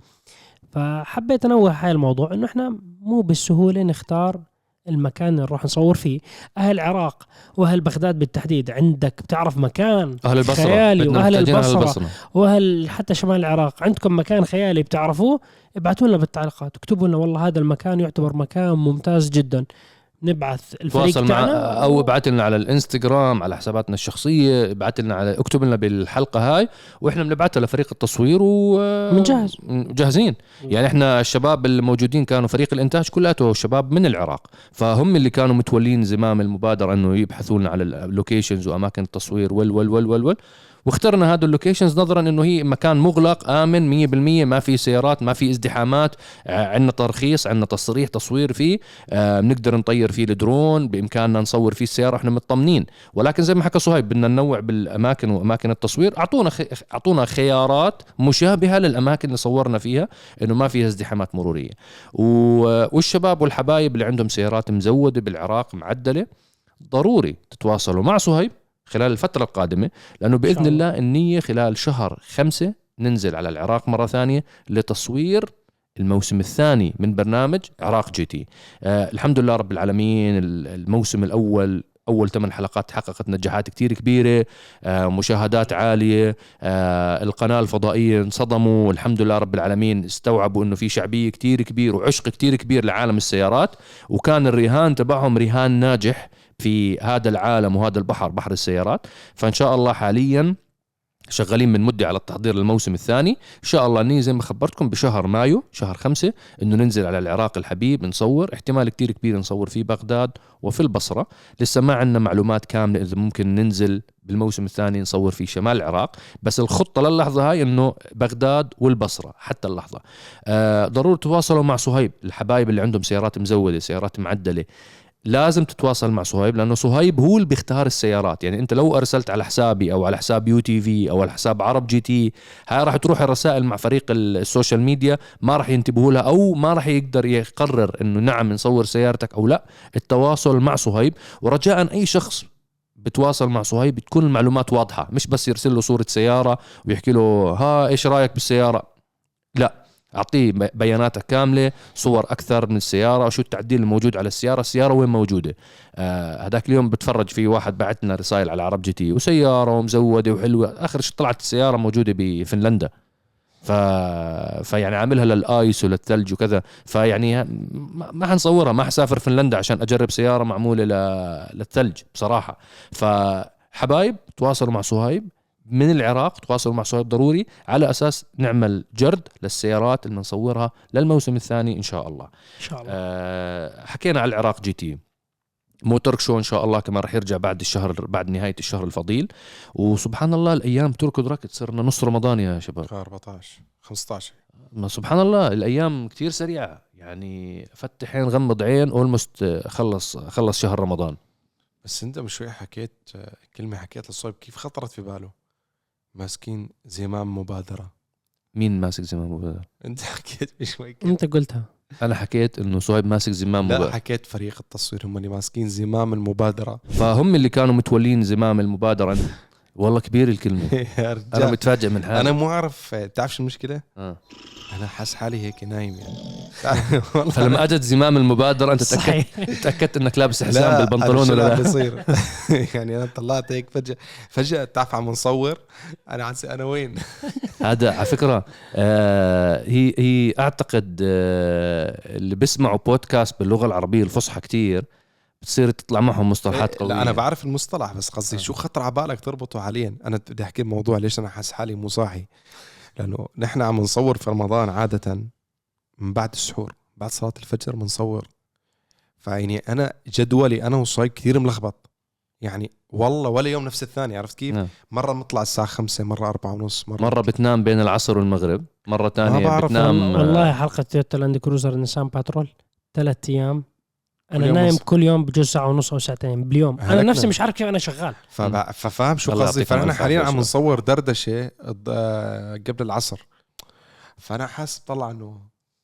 فحبيت أنوه هاي الموضوع إنه إحنا مو بالسهولة نختار المكان اللي نروح نصور فيه. أهل العراق وأهل بغداد بالتحديد عندك بتعرف مكان أهل البصرة خيالي، وأهل البصرة, البصرة وأهل حتى شمال العراق عندكم مكان خيالي بتعرفوه، ابعتوا لنا بالتعليقات، اكتبوا لنا والله هذا المكان يعتبر مكان ممتاز جدا، نبعث الفريق تاعنا او ابعت لنا على الانستغرام على حساباتنا الشخصيه، ابعت لنا على اكتب لنا بالحلقه هاي واحنا بنبعتها لفريق التصوير ومنجهز جاهزين. يعني احنا الشباب الموجودين كانوا فريق الانتاج كلته شباب من العراق، فهم اللي كانوا متولين زمام المبادره انه يبحثوا لنا على اللوكيشنز واماكن التصوير وال وال وال وال, وال واخترنا هذا اللوكيشنز نظرا انه هي مكان مغلق امن مية بالمية، ما في سيارات، ما في ازدحامات، عندنا ترخيص، عندنا تصريح تصوير فيه، آه بنقدر نطير فيه الدرون، بامكاننا نصور فيه السياره، احنا مطمنين. ولكن زي ما حكى صهيب بدنا ننوع بالاماكن واماكن التصوير، اعطونا خي... اعطونا خيارات مشابهه للاماكن اللي صورنا فيها انه ما فيها ازدحامات مروريه. و... والشباب والحبايب اللي عندهم سيارات مزوده بالعراق معدله ضروري تتواصلوا مع صهيب خلال الفترة القادمة، لأنه بإذن الله النية خلال شهر خمسة ننزل على العراق مرة ثانية لتصوير الموسم الثاني من برنامج عراق جي تي. آه الحمد لله رب العالمين، الموسم الأول أول ثمان حلقات حققت نجاحات كتير كبيرة، آه مشاهدات عالية، آه القناة الفضائية انصدموا الحمد لله رب العالمين، استوعبوا أنه في شعبية كتير كبير وعشق كتير كبير لعالم السيارات، وكان الرهان تبعهم رهان ناجح في هذا العالم وهذا البحر، بحر السيارات. فإن شاء الله حاليا شغالين من مدة على التحضير للموسم الثاني. إن شاء الله أني زي ما خبرتكم بشهر مايو شهر خمسة إنه ننزل على العراق الحبيب نصور، احتمال كتير كبير نصور في بغداد وفي البصرة. لسه ما عندنا معلومات كاملة إذا ممكن ننزل بالموسم الثاني نصور في شمال العراق، بس الخطة للحظة هاي إنه بغداد والبصرة حتى اللحظة. آه ضروري تواصلوا مع صهيب، الحبايب اللي عندهم سيارات مزودة سيارات معدلة لازم تتواصل مع صهيب، لأنه صهيب هو اللي بيختار السيارات. يعني أنت لو أرسلت على حسابي أو على حساب يو تي في أو على حساب عرب جي تي، هاي راح تروح الرسائل مع فريق السوشيال ميديا، ما راح ينتبهوا لها أو ما راح يقدر يقرر إنه نعم نصور سيارتك أو لا. التواصل مع صهيب، ورجاء أي شخص بتواصل مع صهيب تكون المعلومات واضحة، مش بس يرسل له صورة سيارة ويحكي له ها إيش رأيك بالسيارة، لا، أعطيه بياناتك كاملة، صور أكثر من السيارة، وشو التعديل الموجود على السيارة، السيارة وين موجودة. آه هداك اليوم بتفرج في واحد بعتنا رسائل على عرب جي تي وسيارة ومزودة وحلوة، آخر شيء طلعت السيارة موجودة بفنلندا، ف... فيعني عاملها للآيس وللثلج وكذا، فيعني ما حنصورها، ما حسافر فنلندا عشان أجرب سيارة معمولة ل... للثلج بصراحة. فحبايب تواصلوا مع صهيب من العراق، تواصلوا مع صهيب ضروري على أساس نعمل جرد للسيارات اللي نصورها للموسم الثاني إن شاء الله. إن شاء الله. أه حكينا على العراق جي تي، موتورك شو إن شاء الله كمان رح يرجع بعد الشهر، بعد نهاية الشهر الفضيل. وسبحان الله الأيام تركض ركض، صرنا نص رمضان يا شباب، أربعتاشر خمستاشر. ما سبحان الله الأيام كتير سريعة، يعني فتح عين غمض عين أولموست خلص خلص شهر رمضان. بس أنت مش شوي حكيت كلمة حكيت للصويب كيف خطرت في باله، ماسكين زمام مبادرة. مين ماسك زمام مبادرة؟ أنت حكيت بشوي كده. أنت قلتها. أنا حكيت إنه صهيب ماسك زمام لا مبادرة. حكيت فريق التصوير هم اللي ماسكين زمام المبادرة. فهم اللي كانوا متولين زمام المبادرة. والله كبير الكلمة. أنا متفاجئ من حالي. أنا مو عارف، تعرف شو المشكلة؟ آه. أنا حاس حالي هيك نايم يعني. فلما أجت زمام المبادرة أنت تأكدت تأكدت إنك لابس حزام بالبنطلون ولا لا؟ بصير يعني أنا طلعت هيك فجأة فجأة تعرف عم نصور أنا عسى أنا وين. هذا على فكرة آه هي هي أعتقد آه اللي بيسمعوا بودكاست باللغة العربية الفصحى كتير بتصير تطلع معهم مصطلحات قوية. لا أنا بعرف المصطلح بس قصدي آه. شو خطر على بالك تربطه حاليا. أنا بدي أحكي الموضوع ليش أنا حاس حالي مو صاحي، لأنه نحن عم نصور في رمضان عادة من بعد السحور بعد صلاة الفجر بنصور، فيعني أنا جدولي أنا وصايب كثير ملخبط يعني، والله ولا يوم نفس الثاني، عرفت كيف؟ نعم. مرة نطلع الساعة خمسة، مرة أربعة ونص، مرة, مرة بتنام بين العصر والمغرب، مرة تانية بتنام. والله حلقة تويوتا لاند كروزر نيسان باترول ثلاث أيام أنا نايم مصر. كل يوم بجوز ساعة ونص أو ساعتين باليوم، أنا نفسي مش عارف كيف أنا شغال. ففاهم شو قصدي. فأنا حاليا عم نصور دردشة قبل العصر، فأنا حاسس طلع إنه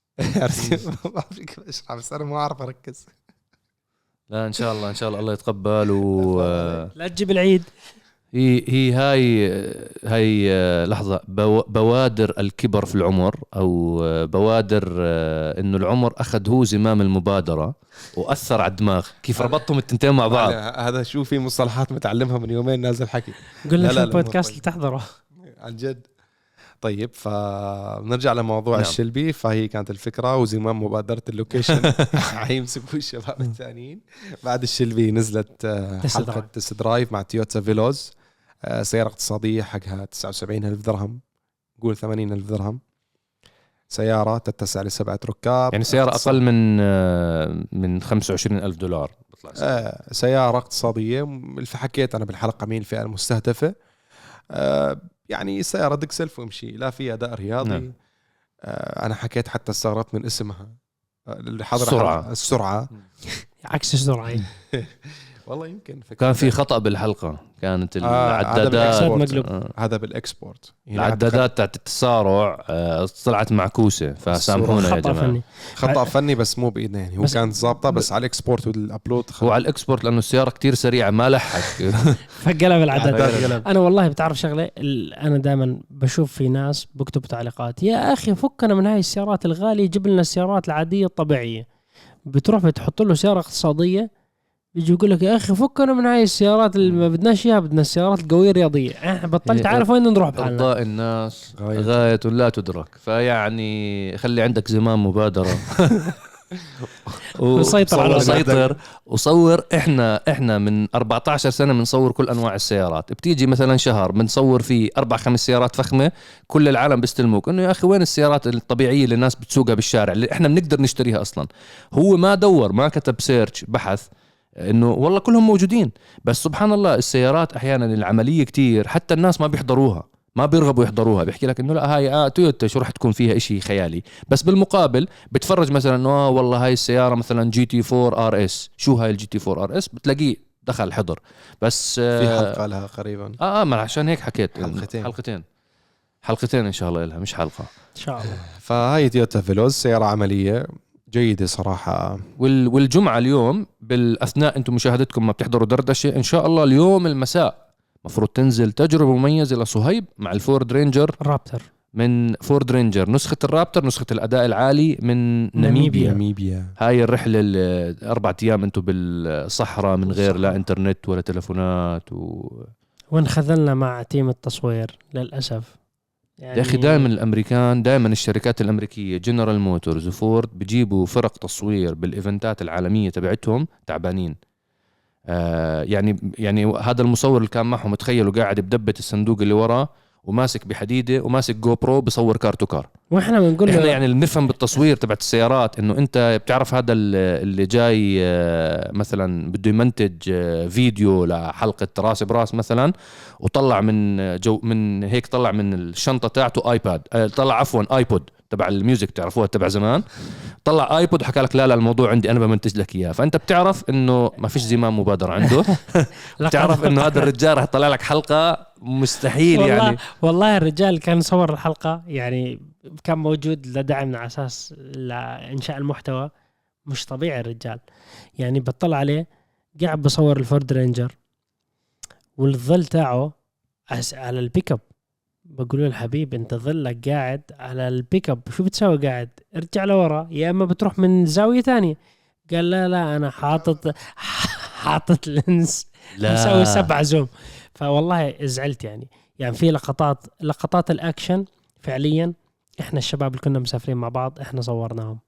ما فيك أشرح بس أنا ما أعرف أركز. لا إن شاء الله إن شاء الله الله يتقبل. و لا تجيب العيد. هي هي هاي هاي لحظة بوادر الكبر في العمر، أو بوادر إنه العمر أخذ هو زمام المبادرة وأثر على الدماغ. كيف ربطتم التنتين مع بعض؟ هذا شو في مصطلحات متعلمها من يومين نازل حكي. قلنا في البودكاست اللي تحضره عن جد. طيب فنرجع لموضوع نعم. الشلبي. فهي كانت الفكرة وزمام مبادرة اللوكيشن هيمسكوا الشباب الثانيين. بعد الشلبي نزلت حلقة تست درايف مع تويوتا فيلوز، سيارة اقتصادية حقها تسعة وسبعين ألف درهم، قول ثمانين ألف درهم، سيارة تتسع لسبعة ركاب، يعني سيارة أقل من من خمسة وعشرين ألف دولار. آه سيارة اقتصادية. اللي حكيت أنا بالحلقة مين الفئة المستهدفة. آه يعني سيارة دق سلف وامشي، لا في أداء رياضي. نعم. آه أنا حكيت حتى الثغرات من اسمها اللي حضر السرعة. السرعة عكس السرعه. والله يمكن كان في خطأ بالحلقة، كانت آه هذا العدادات بالإكسبورت. مقلوب. آه. هذا بالإكسبورت يعني العدادات تاعت التسارع آه، طلعت معكوسة، فسامحونا يا خطأ جماعة. فني. خطأ فني بس مو بإيدنا يعني، هو بس- كانت ضابطة بس على الإكسبورت والأبلود هو على الإكسبورت لأنه السيارة كتير سريعة ما لحق. فقلب العدد. فقلب. انا والله بتعرف شغله، ال- انا دائما بشوف في ناس بكتبوا تعليقات يا اخي فكنا من هاي السيارات الغاليه، جيب لنا السيارات العاديه الطبيعيه. بتروح بتحط له سياره اقتصاديه بيجي يقول لك يا اخي فكنا من هاي السيارات اللي ما بدناش اياها، بدنا السيارات القويه الرياضيه. احنا بطلت هي عارف وين نروح بحالنا. إرضاء الناس غاية. غاية لا تدرك، فيعني خلي عندك زمام مبادرة وسيطر على وسيطر وصور. احنا احنا من أربعة عشر سنة بنصور كل انواع السيارات، بتيجي مثلا شهر بنصور فيه اربع خمس سيارات فخمة، كل العالم بيستلموك انه يا اخي وين السيارات الطبيعية اللي الناس بتسوقها بالشارع اللي احنا بنقدر نشتريها اصلا. هو ما دور، ما كتب سيرش بحث انه والله كلهم موجودين، بس سبحان الله السيارات احيانا العملية كتير حتى الناس ما بيحضروها، ما بيرغبوا يحضروها. بيحكي لك انه لا هاي آه تويوتا شو رح تكون فيها اشي خيالي، بس بالمقابل بتفرج مثلا انه آه والله هاي السيارة مثلا جي تي فور ار اس، شو هاي الجي تي فور ار اس، بتلاقيه دخل حضر. بس آه في حلقة لها قريبا. اه, آه ما عشان هيك حكيت حلقتين. حلقتين حلقتين ان شاء الله لها، مش حلقة ان شاء الله. فهاي تويوتا فيلوز سيارة عملية جيدة صراحة. وال والجمعة اليوم بالاثناء انتم مشاهدتكم ما بتحضروا دردشة، ان شاء الله اليوم المساء مفروض تنزل تجربة مميزة لصهيب مع الفورد رينجر الرابتر من فورد رينجر، نسخة الرابتر، نسخة الأداء العالي من ناميبيا. ناميبيا. ناميبيا هاي الرحلة الأربعة أيام أنتوا بالصحراء من غير لا إنترنت ولا تلفونات و... وانخذلنا مع تيم التصوير للاسف يعني. يا أخي دائما الأمريكان، دائما الشركات الأمريكية جنرال موتورز وفورد بيجيبوا فرق تصوير بالإيفنتات العالمية تبعتهم تعبانين. آه يعني يعني هذا المصور اللي كان معهم تخيلوا قاعد بدبت الصندوق اللي وراه وماسك بحديده وماسك جو برو بصور كار تو كار. واحنا بنقول احنا له يعني اللي بنفهم بالتصوير تبعت السيارات انه انت بتعرف هذا اللي جاي مثلا بده يمنتج فيديو لحلقه راس براس مثلا، وطلع من جو من هيك طلع من الشنطه تاعته ايباد، طلع عفوا ايبود تبع الميوزك تعرفوها تبع زمان، طلع ايبود وحكى لك لا لا الموضوع عندي انا بمنتج لك اياه. فانت بتعرف انه ما فيش زمام مبادره عنده. بتعرف انه هذا الرجال رح يطلع لك حلقه مستحيل والله يعني. والله الرجال كان صور الحلقه يعني كان موجود لدعمنا على اساس لانشاء المحتوى. مش طبيعي الرجال يعني. بطلع عليه قاعد بصور الفورد رينجر والظل تاعه على البيك اب. بقول له الحبيب انت ظلك قاعد على البيك اب، شو بتسوي قاعد؟ ارجع لورا يا اما بتروح من زاويه تانية. قال لا لا انا حاطط حاطط لينز مسوي سبعة زوم. فوالله زعلت يعني. يعني في لقطات لقطات الاكشن فعليا احنا الشباب اللي كنا مسافرين مع بعض احنا صورناهم.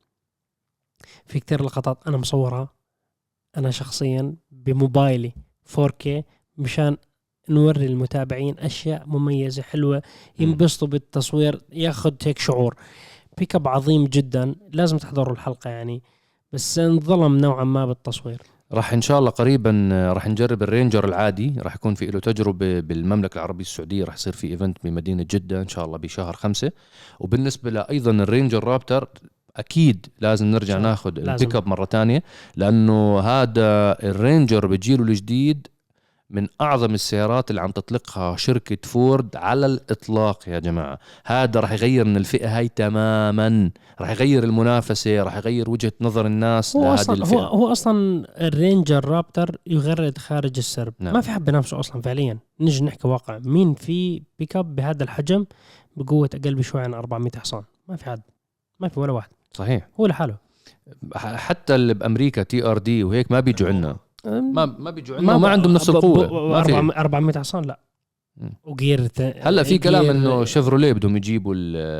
في كتير لقطات انا مصورها انا شخصيا بموبايلي فور كي مشان نوري المتابعين اشياء مميزه حلوه ينبسطوا بالتصوير، ياخذ هيك شعور. بيك اب عظيم جدا، لازم تحضروا الحلقه يعني. بس انظلم نوعا ما بالتصوير. راح ان شاء الله قريبا راح نجرب الرينجر العادي، راح يكون في له تجربه بالمملكه العربيه السعوديه، راح يصير في ايفنت بمدينه جده ان شاء الله بشهر خمسة. وبالنسبه لايضا الرينجر رابتر اكيد لازم نرجع ناخذ البيك اب مره تانية، لانه هذا الرينجر بجيله الجديد من أعظم السيارات اللي عم تطلقها شركة فورد على الإطلاق يا جماعة. هذا رح يغير من الفئة هاي تماما، رح يغير المنافسة، رح يغير وجهة نظر الناس هو لهذه أصلاً الفئة. هو, هو أصلا الرينجر رابتر يغرد خارج السرب. نعم. ما في حد بنفسه أصلا فعليا. نجي نحكي واقع، مين في بيك اب بهذا الحجم بقوة أقل بشوي عن أربعمية حصان؟ ما في حد، ما في ولا واحد. صحيح. هو لحاله. حتى اللي بأمريكا تي ار دي وهيك ما بيجوا عنا، ما ما بيجوا عنا، ما, ما عندهم نفس القوة. ما في أربعمية حصان لا. وغير هلا في كلام انه شيفروليه بدهم يجيبوا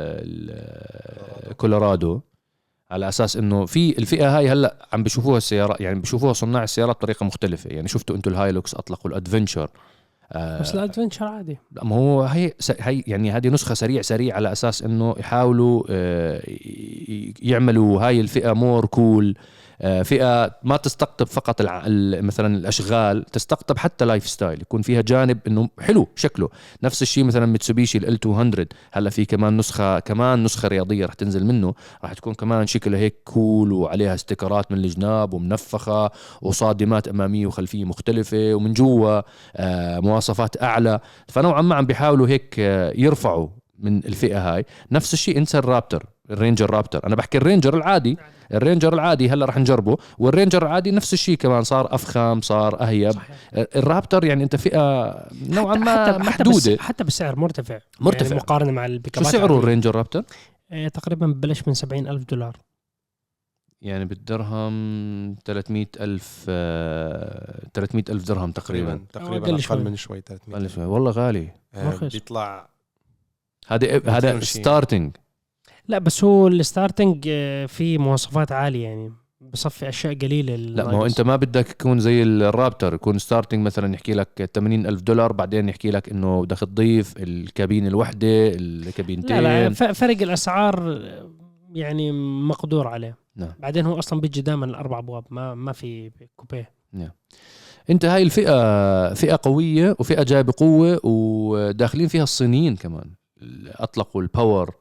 الكولورادو على اساس انه في الفئه هاي هلا عم بيشوفوها السيارات، يعني بيشوفوها صناع السيارات بطريقه مختلفه. يعني شفتوا انتم الهايلوكس اطلقوا الادفنتشر، آه بس الادفنتشر عادي. ما هو هي هي يعني هذه نسخه سريع سريع على اساس انه يحاولوا آه يعملوا هاي الفئه مور كول. فئة ما تستقطب فقط الع... مثلا الأشغال، تستقطب حتى لايف ستايل، يكون فيها جانب إنه حلو شكله. نفس الشيء مثلا ميتسوبيشي ال مئتين، هلا في كمان نسخة كمان نسخة رياضية رح تنزل منه، رح تكون كمان شكلها هيك كول وعليها استيكرات من الجناب ومنفخة وصادمات أمامية وخلفية مختلفة ومن جوا آه مواصفات أعلى. فنوعا ما عم بيحاولوا هيك آه يرفعوا من الفئة هاي. نفس الشيء انسى الرابتر، الرينجر رابتر، انا بحكي الرينجر العادي، الرينجر العادي هلا رح نجربه، والرينجر العادي نفس الشيء كمان صار افخم صار اهيب. صحيح. الرابتر يعني انت فئة نوعا ما حتى محدودة، حتى, حتى بالسعر مرتفع مرتفع يعني مقارنة مع البيكابات. شو سعره الرينجر رابتر؟ اه تقريبا ببلش من سبعين ألف دولار، يعني بالدرهم ثلاثمية ألف آه، ثلاثمية ألف درهم تقريبا تقريبا أقل من شوي ثلاثمية ألف. والله غالي. آه بيطلع هذا هذا ستارتنج. لا بس هو الستارتنج فيه مواصفات عالية يعني بصفي أشياء قليلة. لا ما هو أنت ما بدك يكون زي الرابتر يكون ستارتنج مثلا يحكي لك ثمانين ألف دولار، بعدين يحكي لك إنه بدك تضيف الكابين الوحدة الكابينتين. لا لا فرق الأسعار يعني مقدور عليه. نعم. بعدين هو أصلا بيجي دائما الأربع أبواب، ما ما في كوبيه. نعم. انت هاي الفئة فئة قوية وفئة جاية بقوة وداخلين فيها الصينيين كمان، أطلقوا الباور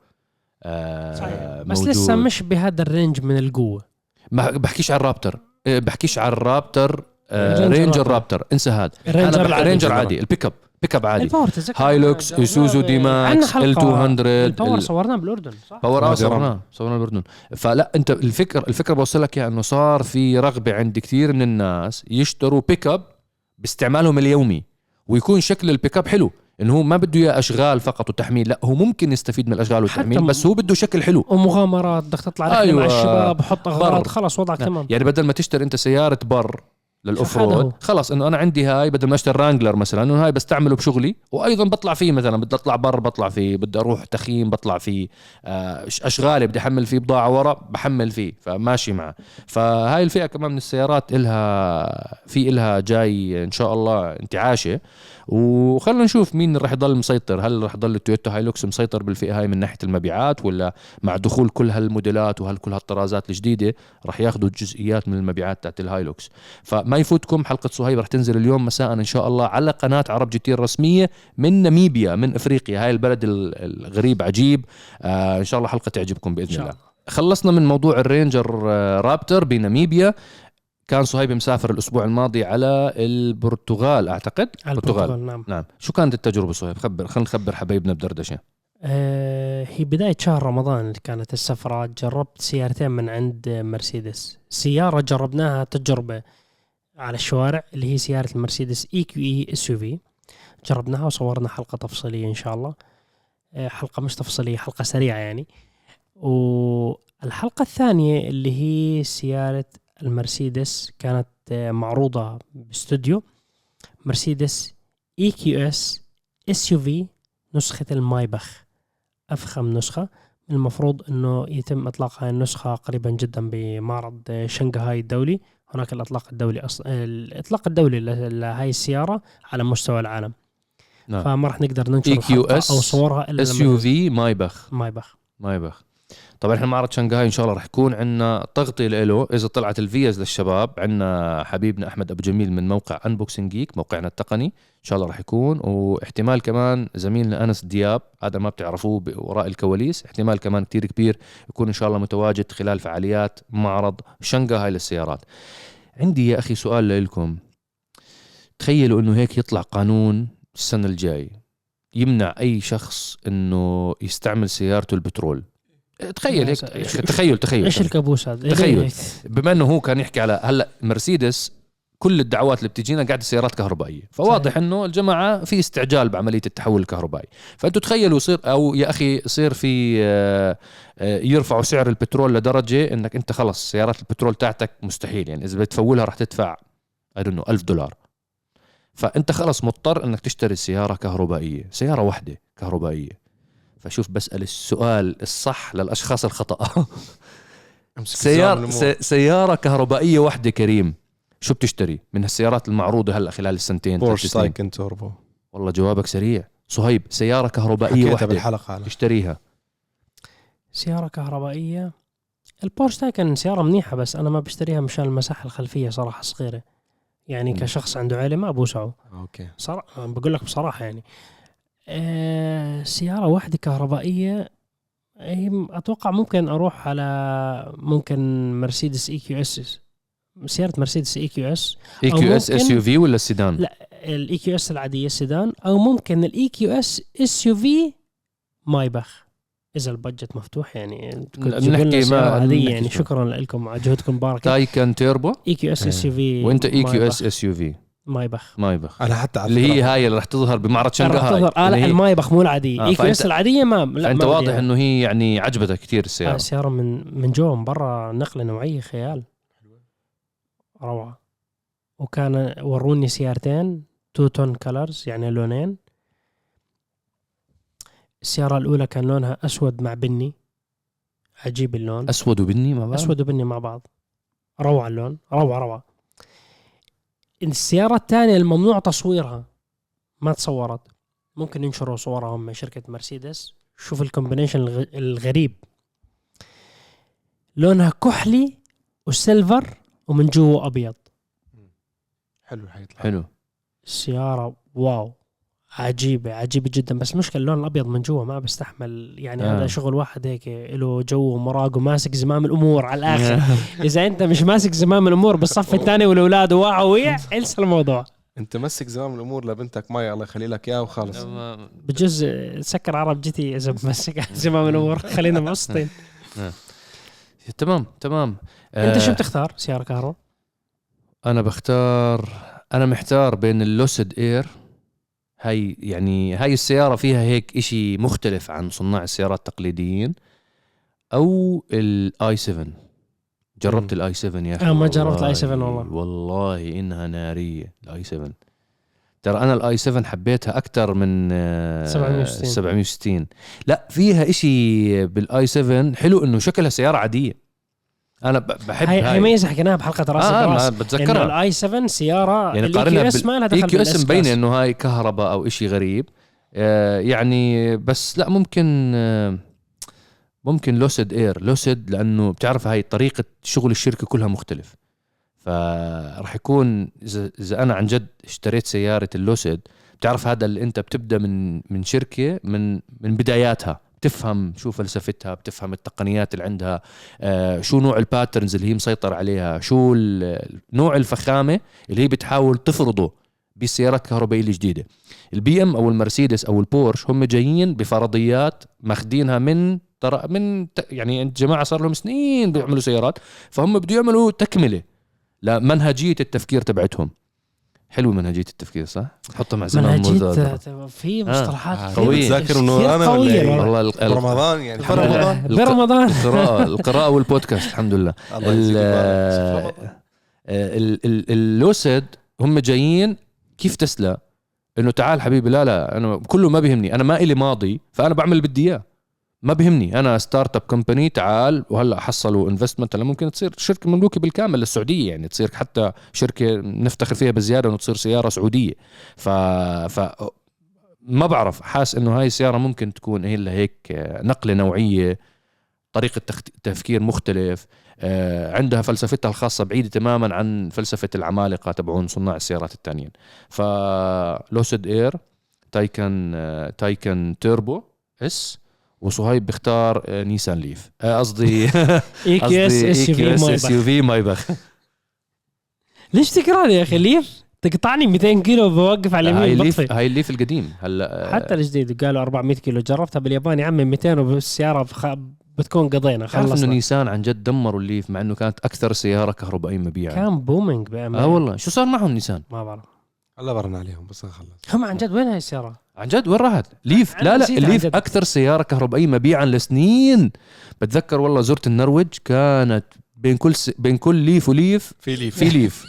آه بس موجود. لسه مش بهذا الرينج من القوة. ما بحكيش على الرابتر، بحكيش على الرابتر آه رينجر رابتر، انسى هذا. أنا بحكي رينجر عادي، البيك اب بيك اب عادي، هايلوكس ايسوزو دي ماكس ال مئتين. الباور صورناه بالاردن صح؟ باور صورناه صورناه بالاردن. فلا انت الفكر الفكره بوصلك يعني انه صار في رغبه عند كثير من الناس يشتروا بيك اب باستعمالهم اليومي، ويكون شكل البيك اب حلو، انه هو ما بده اياه اشغال فقط وتحميل، لا هو ممكن يستفيد من الاشغال والتحميل، بس هو بده شكل حلو ومغامرات، بدك تطلع رحله أيوة. مع الشباب، حط اغراض، خلص وضعك تمام. يعني بدل ما تشتري انت سياره بر للأوفرود، خلاص انه انا عندي هاي، بدل ما اشتري رانجلر مثلا انه هاي بستعمله بشغلي، وايضا بطلع فيه مثلا بدي اطلع بر بطلع فيه، بدي اروح تخييم بطلع فيه، اشغالي بدي احمل فيه بضاعه ورا بحمل فيه، فماشي معه. فهاي الفئه كمان من السيارات إلها في إلها جاي ان شاء الله انتعاشه، وخلنا نشوف مين راح يضل مسيطر. هل راح يضل التويوتا هايلوكس مسيطر بالفئه هاي من ناحيه المبيعات، ولا مع دخول كل هالموديلات وهل كل هالطرازات الجديده راح ياخذوا جزئيات من المبيعات تاعت الهايلوكس؟ فما يفوتكم حلقه صهيب راح تنزل اليوم مساء ان شاء الله على قناه عرب جي تي الرسميه من ناميبيا، من افريقيا، هاي البلد الغريب عجيب. آه ان شاء الله حلقه تعجبكم باذن الله. خلصنا من موضوع الرينجر رابتر بناميبيا. كان صهيب مسافر الأسبوع الماضي على البرتغال أعتقد. البرتغال نعم. نعم. شو كانت التجربة صهيب؟ خبر خلينا نخبر حبايبنا بدردشة. آه هي بداية شهر رمضان اللي كانت السفرة. جربت سيارتين من عند مرسيدس. سيارة جربناها تجربة على الشوارع اللي هي سيارة المرسيدس إي كيو إي إس يو في، جربناها وصورنا حلقة تفصيلية إن شاء الله. آه حلقة مش تفصيلية، حلقة سريعة يعني. والحلقة الثانية اللي هي سيارة المرسيدس كانت معروضة باستوديو مرسيدس إي كيو إس إس يو في نسخة المايبخ، أفخم نسخة. المفروض أنه يتم إطلاق هاي النسخة قريبا جدا بمعرض شنغهاي الدولي. هناك الإطلاق الدولي أص... الإطلاق الدولي لهاي السيارة على مستوى العالم. نعم. فما رح نقدر ننشر الحلقة أو صورها إلا إس يو في مايبخ مايبخ مايبخ طبعا احنا معرض شنغهاي ان شاء الله رح يكون عندنا تغطية له اذا طلعت الفيز للشباب. عندنا حبيبنا احمد ابو جميل من موقع انبوكسنج جيك، موقعنا التقني، ان شاء الله رح يكون. واحتمال كمان زميلنا انس دياب، هذا ما بتعرفوه وراء الكواليس، احتمال كمان كتير كبير يكون ان شاء الله متواجد خلال فعاليات معرض شنغهاي للسيارات. عندي يا اخي سؤال لكم، تخيلوا انه هيك يطلع قانون السنة الجاي يمنع اي شخص انه يستعمل سيارته البترول. تخيل هيك، تخيل تخيل ايش الكابوس هذا؟ تخيل بما انه هو كان يحكي على هلا مرسيدس كل الدعوات اللي بتجينا قاعده سيارات كهربائيه، فواضح انه الجماعه في استعجال بعمليه التحول الكهربائي. فانتوا تخيلوا يصير او يا اخي يصير في يرفعوا سعر البترول لدرجه انك انت خلص سيارات البترول تاعتك مستحيل، يعني اذا بتفولها راح تدفع انه ألف دولار. فانت خلص مضطر انك تشتري سياره كهربائيه، سياره واحده كهربائيه. فشوف بسأل السؤال الصح للأشخاص الخطأ. سيارة سيارة كهربائية واحدة كريم، شو بتشتري من هالسيارات المعروضة هلا خلال السنتين؟ بورش سايكن توربو. والله جوابك سريع صهيب. سيارة كهربائية واحدة بالحلقة تشتريها. سيارة كهربائية البورش تايكن سيارة منيحة، بس أنا ما بشتريها مشان المساحة الخلفية صراحة صغيرة. يعني مم. كشخص عنده عائلة ما بوسعه اوكي. صراحة، بقول لك بصراحة. يعني أه سيارة واحدة كهربائية، أتوقع ممكن أروح على ممكن مرسيدس إي كيو إس، سيارة مرسيدس إي كيو إس. اي أو كيو اس ممكن- اس يو في ولا السيدان؟ لا الإي كيو إس العادية السيدان، أو ممكن الإي كيو إس إس يو في مايباخ إذا البادجت مفتوح. يعني بنحكي ما عادية. بنحكي يعني شو. شكرا لكم على جهدكم مباركة. تايكن تيربو إي كيو إس إس يو في وانت اي كيو اس اس يو في مايبخ. مايبخ انا حتى على اللي هي فكرة هاي اللي رح تظهر بمعرض راح شنغهاي. تظهر آه لا اللي هي- المايبخ مو العادية. آه، إي كيو إس فأنت- العادية ما لا فانت ما واضح بدي. انه هي يعني عجبتك كثير آه السياره. سيارة من من جوا من برا نقلة نوعية خيال روعة. وكان وروني سيارتين تو تون كلرز، يعني لونين. السيارة الأولى كان لونها أسود مع بني، عجيب اللون. اسود وبني مع بعض. أسود وبني مع بعض، روعة اللون، روعة روعة. السيارة الثانية الممنوع تصويرها، ما تصورت، ممكن ينشروا صورها هم شركة مرسيدس. شوف الكومبينيشن الغ... الغريب، لونها كحلي وسيلفر ومن جوا أبيض. حلو حيطلع حلو. السيارة واو، عجيبة عجيبة جدا. بس مشكلة اللون الأبيض من جوا ما بستحمل. يعني آه. هذا شغل واحد هيك له جو ومراق وماسك زمام الأمور على الآخر. إذا أنت مش ماسك زمام الأمور بالصف الثاني والأولاد وعوي انسى الموضوع. انت مسك زمام الامور لبنتك ماي الله يخلي لك اياه وخلص. بجوز سكر عرب جتي إذا بمسك زمام الأمور. خلينا مبسطين. تمام تمام. أنت آه، شو بتختار سيارة كهرباء؟ انا بختار انا محتار بين اللوسيد اير. هاي يعني هاي السيارة فيها هيك اشي مختلف عن صناع السيارات التقليديين، او الاي سبعة. جربت مم. الاي سبعة يا اخي؟ آه، ما جربت والله- الآي سبعة والله. والله انها نارية الاي سبعة. ترى انا الاي سبعة حبيتها اكثر من آه، سبعمية وستين. سبعمية وستين. لا فيها اشي بالاي سبعة حلو، انه شكلها سيارة عادية. انا ب- بحب هاي هاي, هاي ميزة حكيناها بحلقة راس آه براس، ما إنه بتذكرها. الاي سبعة سيارة يعني الاي قارنها كيو اس ما لها اي دخل كيو اس بالاس مبينه كلاس. انه هاي كهرباء او اشي غريب. آه يعني بس لا ممكن آه ممكن لوسيد اير. لوسيد لانه بتعرف هاي طريقه شغل الشركه كلها مختلف، فراح يكون اذا اذا انا عن جد اشتريت سياره اللوسيد، بتعرف هذا اللي انت بتبدا من من شركه من من بداياتها، بتفهم شو فلسفتها، بتفهم التقنيات اللي عندها، آه شو نوع الباترنز اللي هي مسيطر عليها، شو نوع الفخامه اللي هي بتحاول تفرضه بالسيارات الكهربائيه الجديده. البي ام او المرسيدس او البورش هم جايين بفرضيات ماخذينها من ترى من يعني جماعه صار لهم سنين بيعملوا سيارات، فهم بده يعملوا تكمله لمنهجيه التفكير تبعتهم. حلو منهجيه التفكير صح؟ حطها مع زمان منهجية في مصطلحات آه، كثير- قوية. بتذاكر انه كثير انا ولا قوية إيه؟ والله. والله ال- ال- رمضان يعني الحمد لله. رمضان برمضان القراءة القراءة والبودكاست الحمد لله. الله يجزيك ال- البركة. ال- ال- اللوسيد هم جايين كيف تسلا، انه تعال حبيبي لا لا انا كله ما بيهمني، انا ما إلي ماضي فانا بعمل اللي بدي اياه، ما بيهمني انا ستارت اب كومباني تعال وهلا حصلوا انفستمنت، هلا ممكن تصير شركه مملوكه بالكامل للسعوديه، يعني تصير حتى شركه نفتخر فيها بزياده انه تصير سياره سعوديه. ف ف ما بعرف، حاس انه هاي السياره ممكن تكون هي اللي هيك نقله نوعيه، طريقه تخت... تفكير مختلف، آه عندها فلسفتها الخاصه بعيده تماما عن فلسفه العمالقه تبعون صناع السيارات التانيين. فلوسيد اير، تايكن آه تايكن تيربو اس، وصهيب بيختار آه نيسان ليف، قصدي اي كيو اس اس يو في اس يو في مايبخ. ليش تكرار يا اخي ليف؟ تقطعني مئتين كيلو بوقف على هاي اليمين الليف بطفي. هاي الليف القديم هلا. حتى الجديد قالوا أربعمية كيلو، جربتها باليابان يا عمي مئتين وبالسياره بخ... بتكون قضينا خلصنا. انه خلصنا. نيسان عن جد دمروا الليف مع انه كانت اكثر سياره كهربائيه مبيعا. كان بومينج بأمان. اه والله شو صار معهم نيسان؟ ما بعرف هلا برنا عليهم بس نخلص. هم عن جد وين هاي السياره؟ عن جد وين راحت ليف؟ أنا لا لا نسيتها عن الليف جد. اكثر سياره كهربائيه مبيعا لسنين. بتذكر والله زرت النرويج كانت بين كل س... بين كل ليف وليف في ليف في ليف.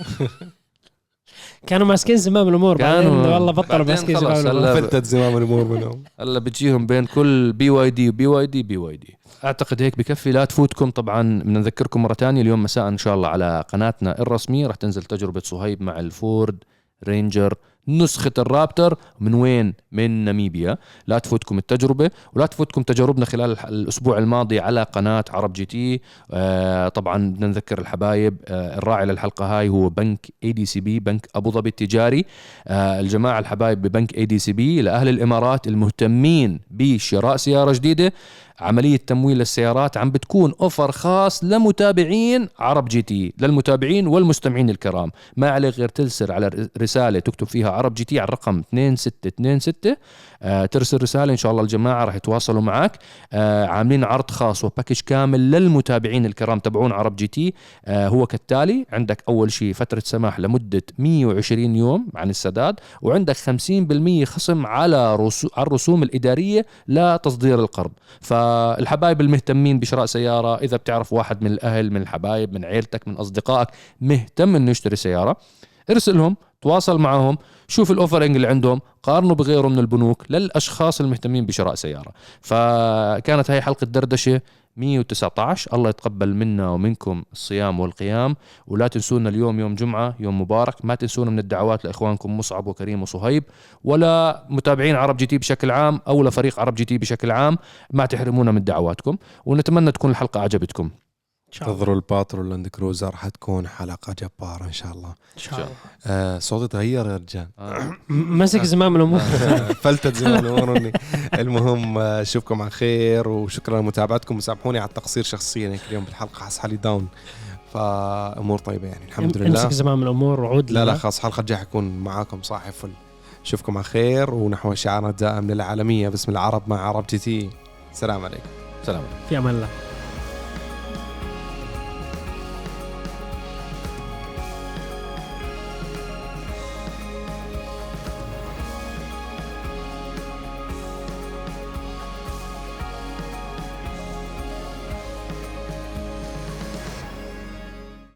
كانوا ماسكين زمام الامور، كانوا- بعدين والله بطلوا بعدين ماسكين خلص، زمام الامور. هلا- فلتت زمام الامور منهم. هلا بتجيهم بين كل بي واي دي وبي واي دي بي واي دي. اعتقد هيك بكفي. لا تفوتكم طبعا، بدنا نذكركم مره تانية اليوم مساء ان شاء الله على قناتنا الرسميه رح تنزل تجربه صهيب مع الفورد رينجر نسخة الرابتر من وين؟ من ناميبيا. لا تفوتكم التجربة ولا تفوتكم تجاربنا خلال الأسبوع الماضي على قناة عرب جي تي. آه طبعا بدنا نذكر الحبايب، آه الراعي للحلقة هاي هو بنك اي دي سي بي، بنك أبو ظبي التجاري. آه الجماعة الحبايب ببنك اي دي سي بي لأهل الإمارات المهتمين بشراء سيارة جديدة، عملية تمويل للسيارات عم بتكون أوفر خاص لمتابعين عرب جي تي، للمتابعين والمستمعين الكرام. ما عليك غير ترسل على رسالة تكتب فيها عرب جي تي على الرقم اثنين ستة اثنين ستة. آه ترسل رسالة إن شاء الله الجماعة راح يتواصلوا معك. آه عاملين عرض خاص وباكج كامل للمتابعين الكرام تبعون عرب جي تي. آه هو كالتالي: عندك أول شيء فترة سماح لمدة مية وعشرين يوم عن السداد، وعندك خمسين بالمية خصم على رسو... على الرسوم الإدارية لتصدير القرض. فالحبايب المهتمين بشراء سيارة، إذا بتعرف واحد من الأهل، من الحبايب، من عيلتك، من أصدقائك مهتم إنه يشتري سيارة، ارسلهم، تواصل معهم، شوف الأوفرينج اللي عندهم، قارنوا بغيره من البنوك للأشخاص المهتمين بشراء سيارة. فكانت هاي حلقة دردشة مية وتسعة عشر. الله يتقبل منا ومنكم الصيام والقيام، ولا تنسونا اليوم يوم جمعة، يوم مبارك. ما تنسونا من الدعوات لإخوانكم مصعب وكريم وصهيب، ولا متابعين عرب جي تي بشكل عام، أو لفريق عرب جي تي بشكل عام. ما تحرمونا من دعواتكم، ونتمنى تكون الحلقة عجبتكم. انتظروا الباترول لاند كروزر، حتكون حلقة جبارة إن شاء الله. إن شاء الله. آه صوتي تغير يا رجال. آه. مسك زمام الأمور. فلتت زمان الأمور. المهم أشوفكم على خير، وشكرا لمتابعتكم، وسامحوني على التقصير شخصيا هيك اليوم بالحلقة، حس حالي داون، فأمور طيبة يعني الحمد لله. امسك زمام الأمور وعود. لا لا خلاص، حلقة جاي حكون معاكم صاحب فل. أشوفكم على خير، ونحو شعارنا الدائم للعالمية باسم العرب مع عرب جي تي. سلام عليكم. سلام. في أمان الله.